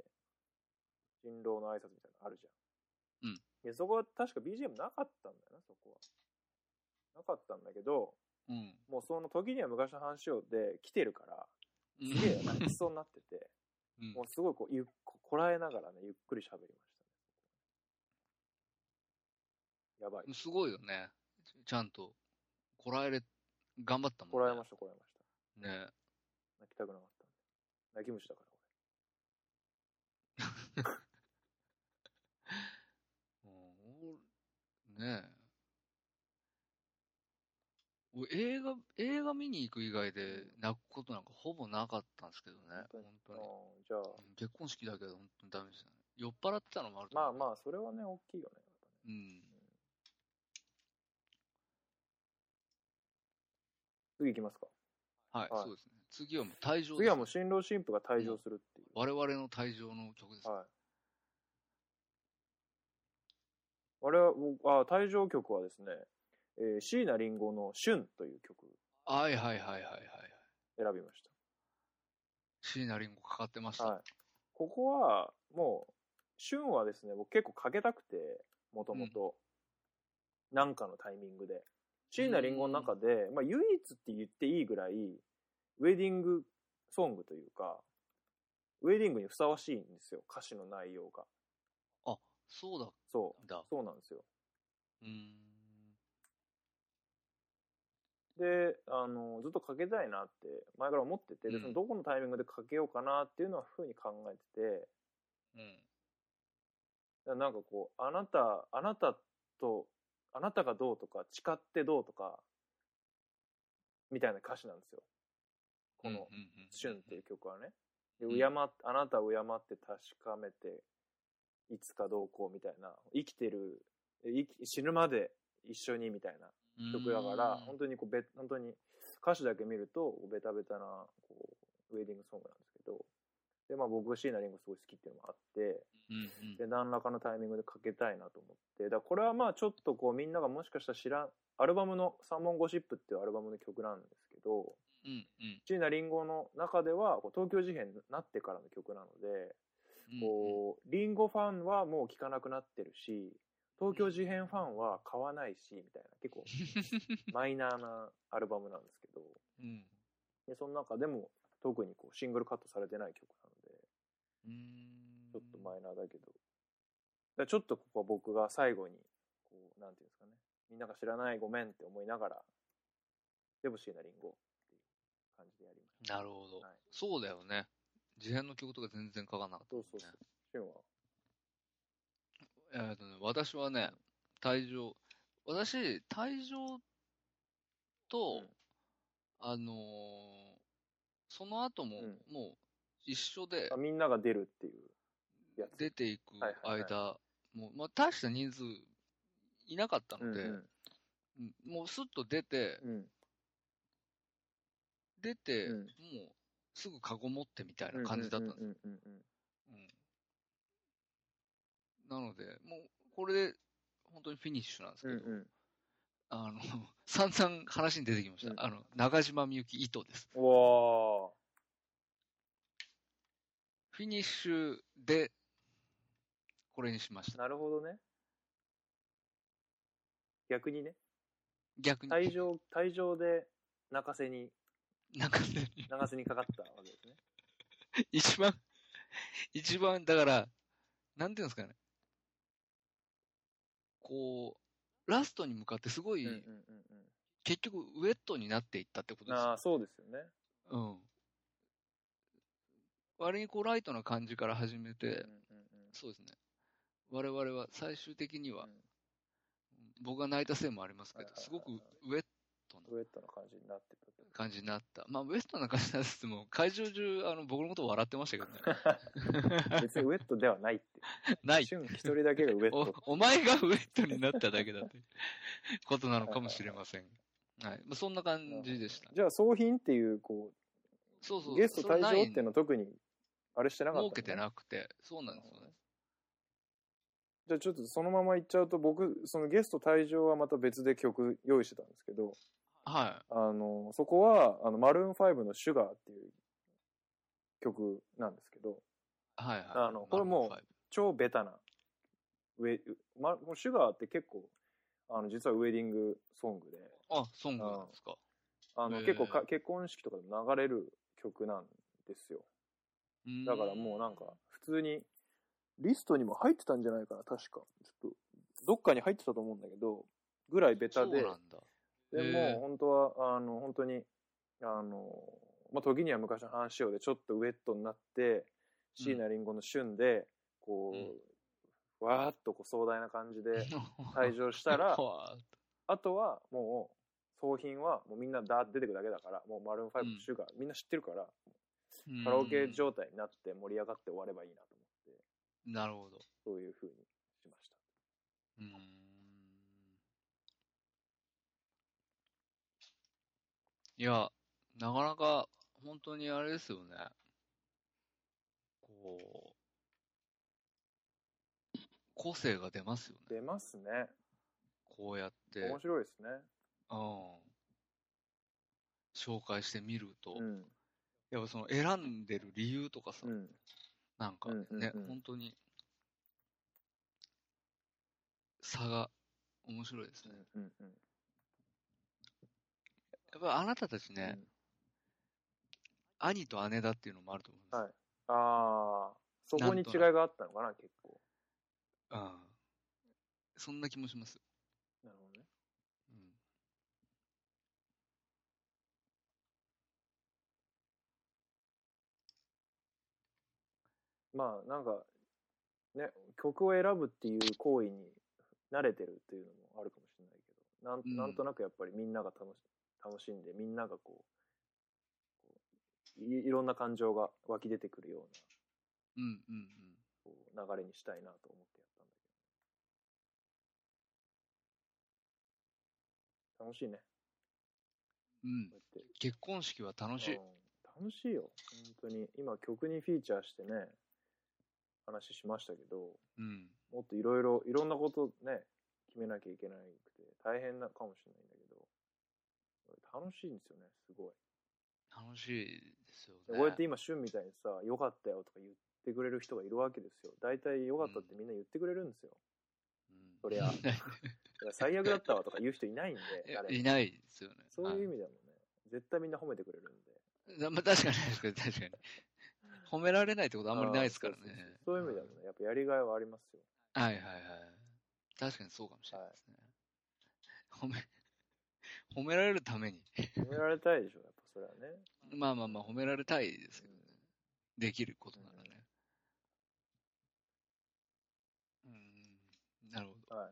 新郎の挨拶みたいなのあるじゃん。うん。いや、そこは確か ビージーエム なかったんだよな、そこは。なかったんだけど、うん、もうその時には昔の話をで来てるから、すげえ泣きそうになってて、うん、もうすごいこうゆこらえながらね、ゆっくり喋りましたね。やばい。 すごいよね。ちゃんと、こらえれ、頑張ったもんね。 こらえました、こらえました。 ね。 泣きたくなかったんで。泣き虫だから俺。ねえ。映画、映画見に行く以外で泣くことなんかほぼなかったんですけどね。本当に。 本当にじゃあ、 結婚式だけど本当にダメでしたね。酔っ払ってたのもあると思う。まあまあ、それはね、大きいよね。 うん。 次行きますか。 はい、はい、そうですね。次はもう退場です、ね。 次はもう新郎新婦が退場するっていう。 我々の退場の曲です、ね。はい。 我々、あ、退場曲はですね、えー、椎名林檎の旬という曲。 はいはいはいはいはい。 選びました。 椎名林檎かかってました。はい。 ここは、もう、旬はですね、僕結構かけたくて、もともと。なんかのタイミングで。椎名林檎の中で、まあ唯一って言っていいぐらい、ウェディングソングというか、ウェディングにふさわしいんですよ、歌詞の内容が。 あ、そうだ。 そうだ。そうなんですよ。 うーん。 で、あの、ずっとかけたいなって前から思ってて、で、そのどこのタイミングでかけようかなっていうのはふうに考えてて、うん。なんかこう、あなた、あなたと、あなたがどうとか、誓ってどうとか、みたいな歌詞なんですよ。 この旬っていう曲はね。で、敬っ、あなたを敬って確かめて、いつかどうこうみたいな、生きてる、生き死ぬまで一緒にみたいな曲だから、本当にこうべ、本当に歌詞だけ見ると、ベタベタなこうウェディングソングなんですけど、で、まあ僕、椎名林檎すごい好きっていうのもあって、 うんうん、 で、何らかのタイミングでかけたいなと思って、だからこれはまあちょっとこうみんながもしかしたら知らん、アルバムの三文ゴシップっていうアルバムの曲なんですけど、 うんうん、 椎名林檎の中ではこう東京事変になってからの曲なので、こう、リンゴファンはもう聴かなくなってるし、東京事変ファンは買わないし、みたいな、結構マイナーなアルバムなんですけど、 うん、 でその中でも特にこうシングルカットされてない曲なので、 うーん、 ちょっとマイナーだけど、だちょっとここは僕が最後に、こう、なんていうんですかね、みんなが知らないごめんって思いながら、でも椎名林檎っていう感じでやりました。 なるほど。はい、そうだよね。事変の曲とか全然書かなかった、ね。 そうそうそう。シュンはえーとね、私はね、退場、私、退場と、うん、あのー、その後も、うん、もう一緒で、 あ、みんなが出るっていうやつ。 出ていく間、はいはいはい、もう、まあ、大した人数いなかったので、うんうん、もうスッと出て、うん、出て、うん、もうすぐカゴ持ってみたいな感じだったんですよ。なので、もうこれで本当にフィニッシュなんですけど、うんうん、あの、散々話に出てきました。うん、あの、長島みゆき糸です。 うわー。 フィニッシュで、これにしました。 なるほどね。逆にね。 逆に。 退場、退場で泣かせに、 泣かせに。 泣かせにかかったわけですね。 一番、一番、だから、なんていうんですかね。こう、ラストに向かってすごい、うんうんうんうん、結局ウェットになっていったってことですよ。 ああ、そうですよね。 うん。割にこうライトな感じから始めて、うんうんうん、そうですね。我々は最終的には、うん、僕が泣いたせいもありますけど、すごくウェットな。 ウェットな感じになってた。 感じになった。まあ、ウェットな感じになってても、会場中、あの、僕のことを笑ってましたけどね。 別にウェットではないって。 ない。 瞬一人だけがウェットお。お前がウェットになっただけだってことなのかもしれません。はい。まあ、そんな感じでした。 じゃあ、送品っていう、こう、そうそうゲスト退場っていうのは特に、あれしてなかったの、ね、 設けてなくて、そうなんですよね。 じゃあちょっとそのまま行っちゃうと、僕、そのゲスト退場はまた別で曲用意してたんですけど、 はい。 あの、そこは、あの、マルーンファイブのシュガーっていう曲なんですけど、 はいはい。 あの、これもう、超ベタな、ウェ、ま、シュガーって結構、あの、実はウェディングソングで。 あ、ソングなんですか。 あの、結構か、結婚式とかでも流れる曲なんですよ。だからもうなんか、普通に、リストにも入ってたんじゃないかな、確か。ちょっと、どっかに入ってたと思うんだけど、ぐらいベタで。 そうなんだ。 でも、本当は、あの、本当に、あの、まあ、時には昔の話をでちょっとウェットになって、椎名林檎の旬で、こう、うん、わーっとこう壮大な感じで退場したら、あとはもう、送品はもうみんなダーッと出てくるだけだから、もうマルーンファイブのシュガー、うん、みんな知ってるから、カラオケ状態になって盛り上がって終わればいいなと思って。 なるほど。 そういう風にしました。 うーん。いや、なかなか、本当にあれですよね。こう、個性が出ますよね。 出ますね。 こうやって。 面白いですね。 うん。紹介してみると。 うん、 やっぱその選んでる理由とかさ、うん、なんかね、うんうんうん、本当に、差が面白いですね。うんうんうん、やっぱあなたたちね、うん、兄と姉だっていうのもあると思うんです。 はい。ああ、そこに違いがあったのかな、結構。 うん。そんな気もします。 なるほどね。うん。まあ、なんか、ね、曲を選ぶっていう行為に慣れてるっていうのもあるかもしれないけど、なん、うん、なんとなくやっぱりみんなが楽し、楽しんで、みんながこう、こいろんな感情が湧き出てくるような、うんうんうん、 こう流れにしたいなと思ってやったんだけど。楽しいね。 うん。結婚式は楽しい。うん、 楽しいよ、本当に。今曲にフィーチャーしてね、話しましたけど、うん、もっといろいろ、いろんなことね、決めなきゃいけなくて、大変なかもしれないんだけど、楽しいんですよね、すごい。 楽しいですよね。 こうやって今、旬みたいにさ、よかったよとか言ってくれる人がいるわけですよ。大体よかったってみんな言ってくれるんですよ。うん、そりゃ。最悪だったわとか言う人いないんで。 いないですよね。 そういう意味でもね、絶対みんな褒めてくれるんで。まあ、確かに確かに確かに。褒められないってことあんまりないですからね。 そうそうそう、そういう意味でもね、やっぱやりがいはありますよ。 はいはいはい。確かにそうかもしれないですね。はい、褒め、褒められるために。 褒められたいでしょ、やっぱそれはね。 まあまあまあ、褒められたいですけどね。うん、できることならね。うん、なるほど。はい。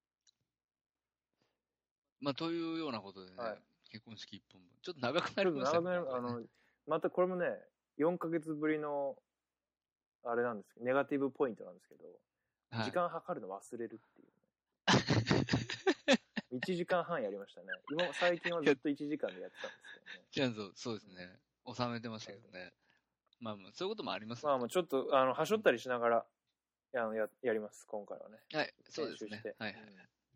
まあ、というようなことでね、はい、結婚式一本分。ちょっと長くなりましたね。 長くなる、あの、またこれもね、よんかげつぶりの、あれなんですけど、ネガティブポイントなんですけど、はい、時間計るの忘れるっていう、ね。いちじかんはんやりましたね。今、最近はずっといちじかんでやってたんですけどね。 じゃあそう、そうですね。収めてましたけどね。まあまあ、そういうこともありますね。まあまあ、ちょっと、あの、はしょったりしながら、あの、や、やります、今回はね。 はい、そうですね。はいはい。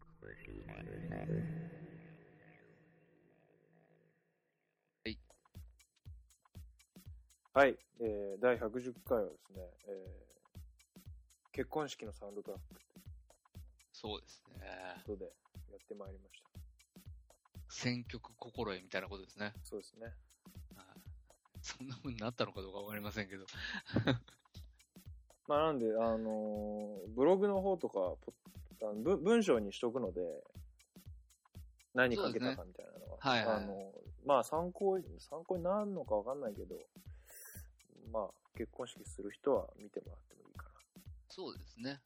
はい、えー、だいひゃくじゅっかいはですね、えー、結婚式のサウンドトラック。 そうですね。 ことでやってまいりました。 選曲心得みたいなことですね。 そうですね。 そんな風になったのかどうかわかりませんけど。 まあなんで、あのー、ブログの方とか、あの文文章にしとくので、何かけたかみたいなのは。ね、はいはい、あのー、まあ参考、参考になるのかわかんないけど、まあ結婚式する人は見てもらってもいいかな。 そうですね。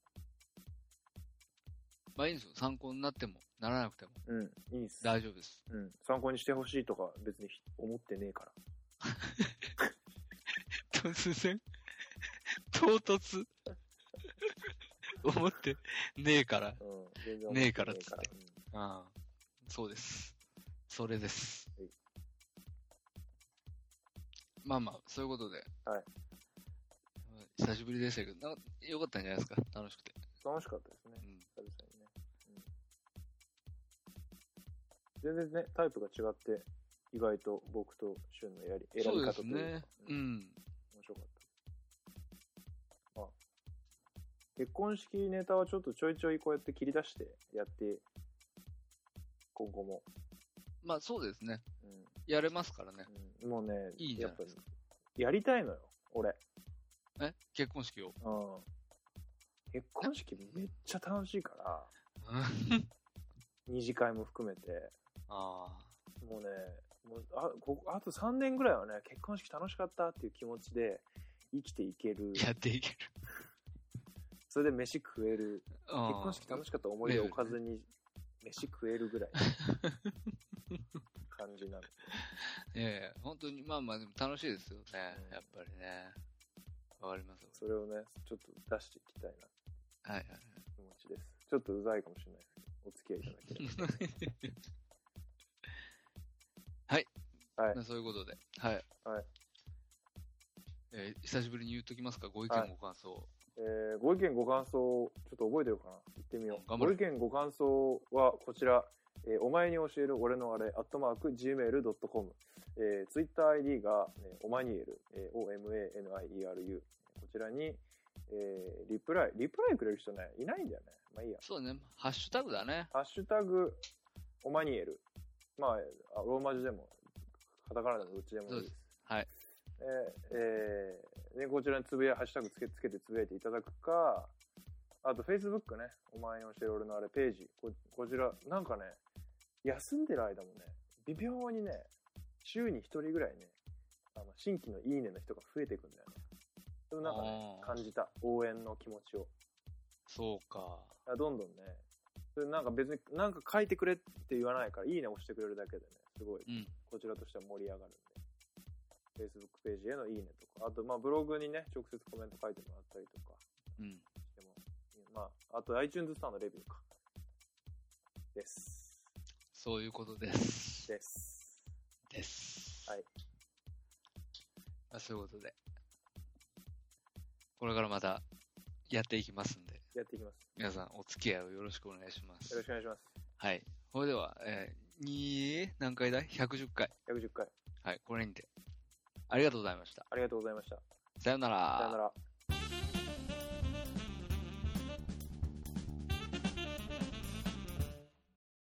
まあいいんですよ。参考になっても、ならなくても。 うん、いいです。 大丈夫です。 うん。参考にしてほしいとか別に思ってねえから。 突然唐突思ってねえから。うん、全然思ってねえから。ねえからっつって。うん、ああ、そうです。それです。はい、まあまあ、そういうことで。はい。久しぶりでしたけど、なんか良かったんじゃないですか。楽しくて。 楽しかったですね。うん。久々にね。うん、全然ね、タイプが違って、意外と僕と旬のやり、選び方というか。そうですね。うん。うん、面白かった。まあ、結婚式ネタはちょっとちょいちょいこうやって切り出してやって、今後も。 まあそうですね。うん、やれますからね。 うん、もうね、いいじゃないですか。やりたいのよ、俺。 え結婚式をうん。結婚式めっちゃ楽しいから、二次会も含めて。ああ。もうね、もうあこあとさんねんぐらいはね、結婚式楽しかったっていう気持ちで生きていける。 やっていける。 それで飯食える。結婚式楽しかった思い出を置かずに飯食えるぐらいの感じなんですよ。 いやいや、本当にまあまあでも楽しいですよね、うん、やっぱりね。わかります。 それをね、ちょっと出していきたいな。 はいはいはい。 気持ちです。ちょっとうざいかもしれないですけど、お付き合いいただければ。 はい。はい。まあ、そういうことで。はい。はい。えー、久しぶりに言っときますか、ご意見、ご感想。はい、 えー、ご意見、ご感想、ちょっと覚えてるかな、言ってみよう。ご意見、ご感想はこちら、えー、お前に教える俺のあれ、アットマーク、ジーメールドットコム。えー、ツイッター アイディー が、ね、オマニエル、えー、オーエムエーエヌアイイーアールユー。こちらに、えー、リプライ、リプライくれる人ね、いないんだよね。まあいいや。 そうね。ハッシュタグだね。 ハッシュタグ、オマニエル。まあ、ローマ字でも、カタカナでもどっちでもいいです。ですはい。 えー、えー、で、こちらにつぶや、ハッシュタグつけ、つけてつぶやいていただくか、あと、Facebook ね、お前に教える俺のあれ、ページ。こ、こちら、なんかね、休んでる間もね、微妙にね、週に一人ぐらいね、あの、新規のいいねの人が増えていくんだよね。でもなんかね、感じた。応援の気持ちを。 そうか。 どんどんね、それなんか別に、なんか書いてくれって言わないから、いいね押してくれるだけでね、すごい、うん、こちらとしては盛り上がるんで。 Facebook ページへのいいねとか、あと、まあ、ブログにね、直接コメント書いてもらったりとか、 うん。 でも、まあ、あと iTunes ストアのレビューか。です。 そういうことです。 です。 です。 はい。 まあ、そういうことで。これからまたやっていきますんで。 やっていきます。 皆さんお付き合いをよろしくお願いします。 よろしくお願いします。 はい。それでは、えー、に、何回だい ?ひゃくじゅっ 回。 ひゃくじゅっかい。 はい、これにて。ありがとうございました。 ありがとうございました。 さよなら。 さよなら。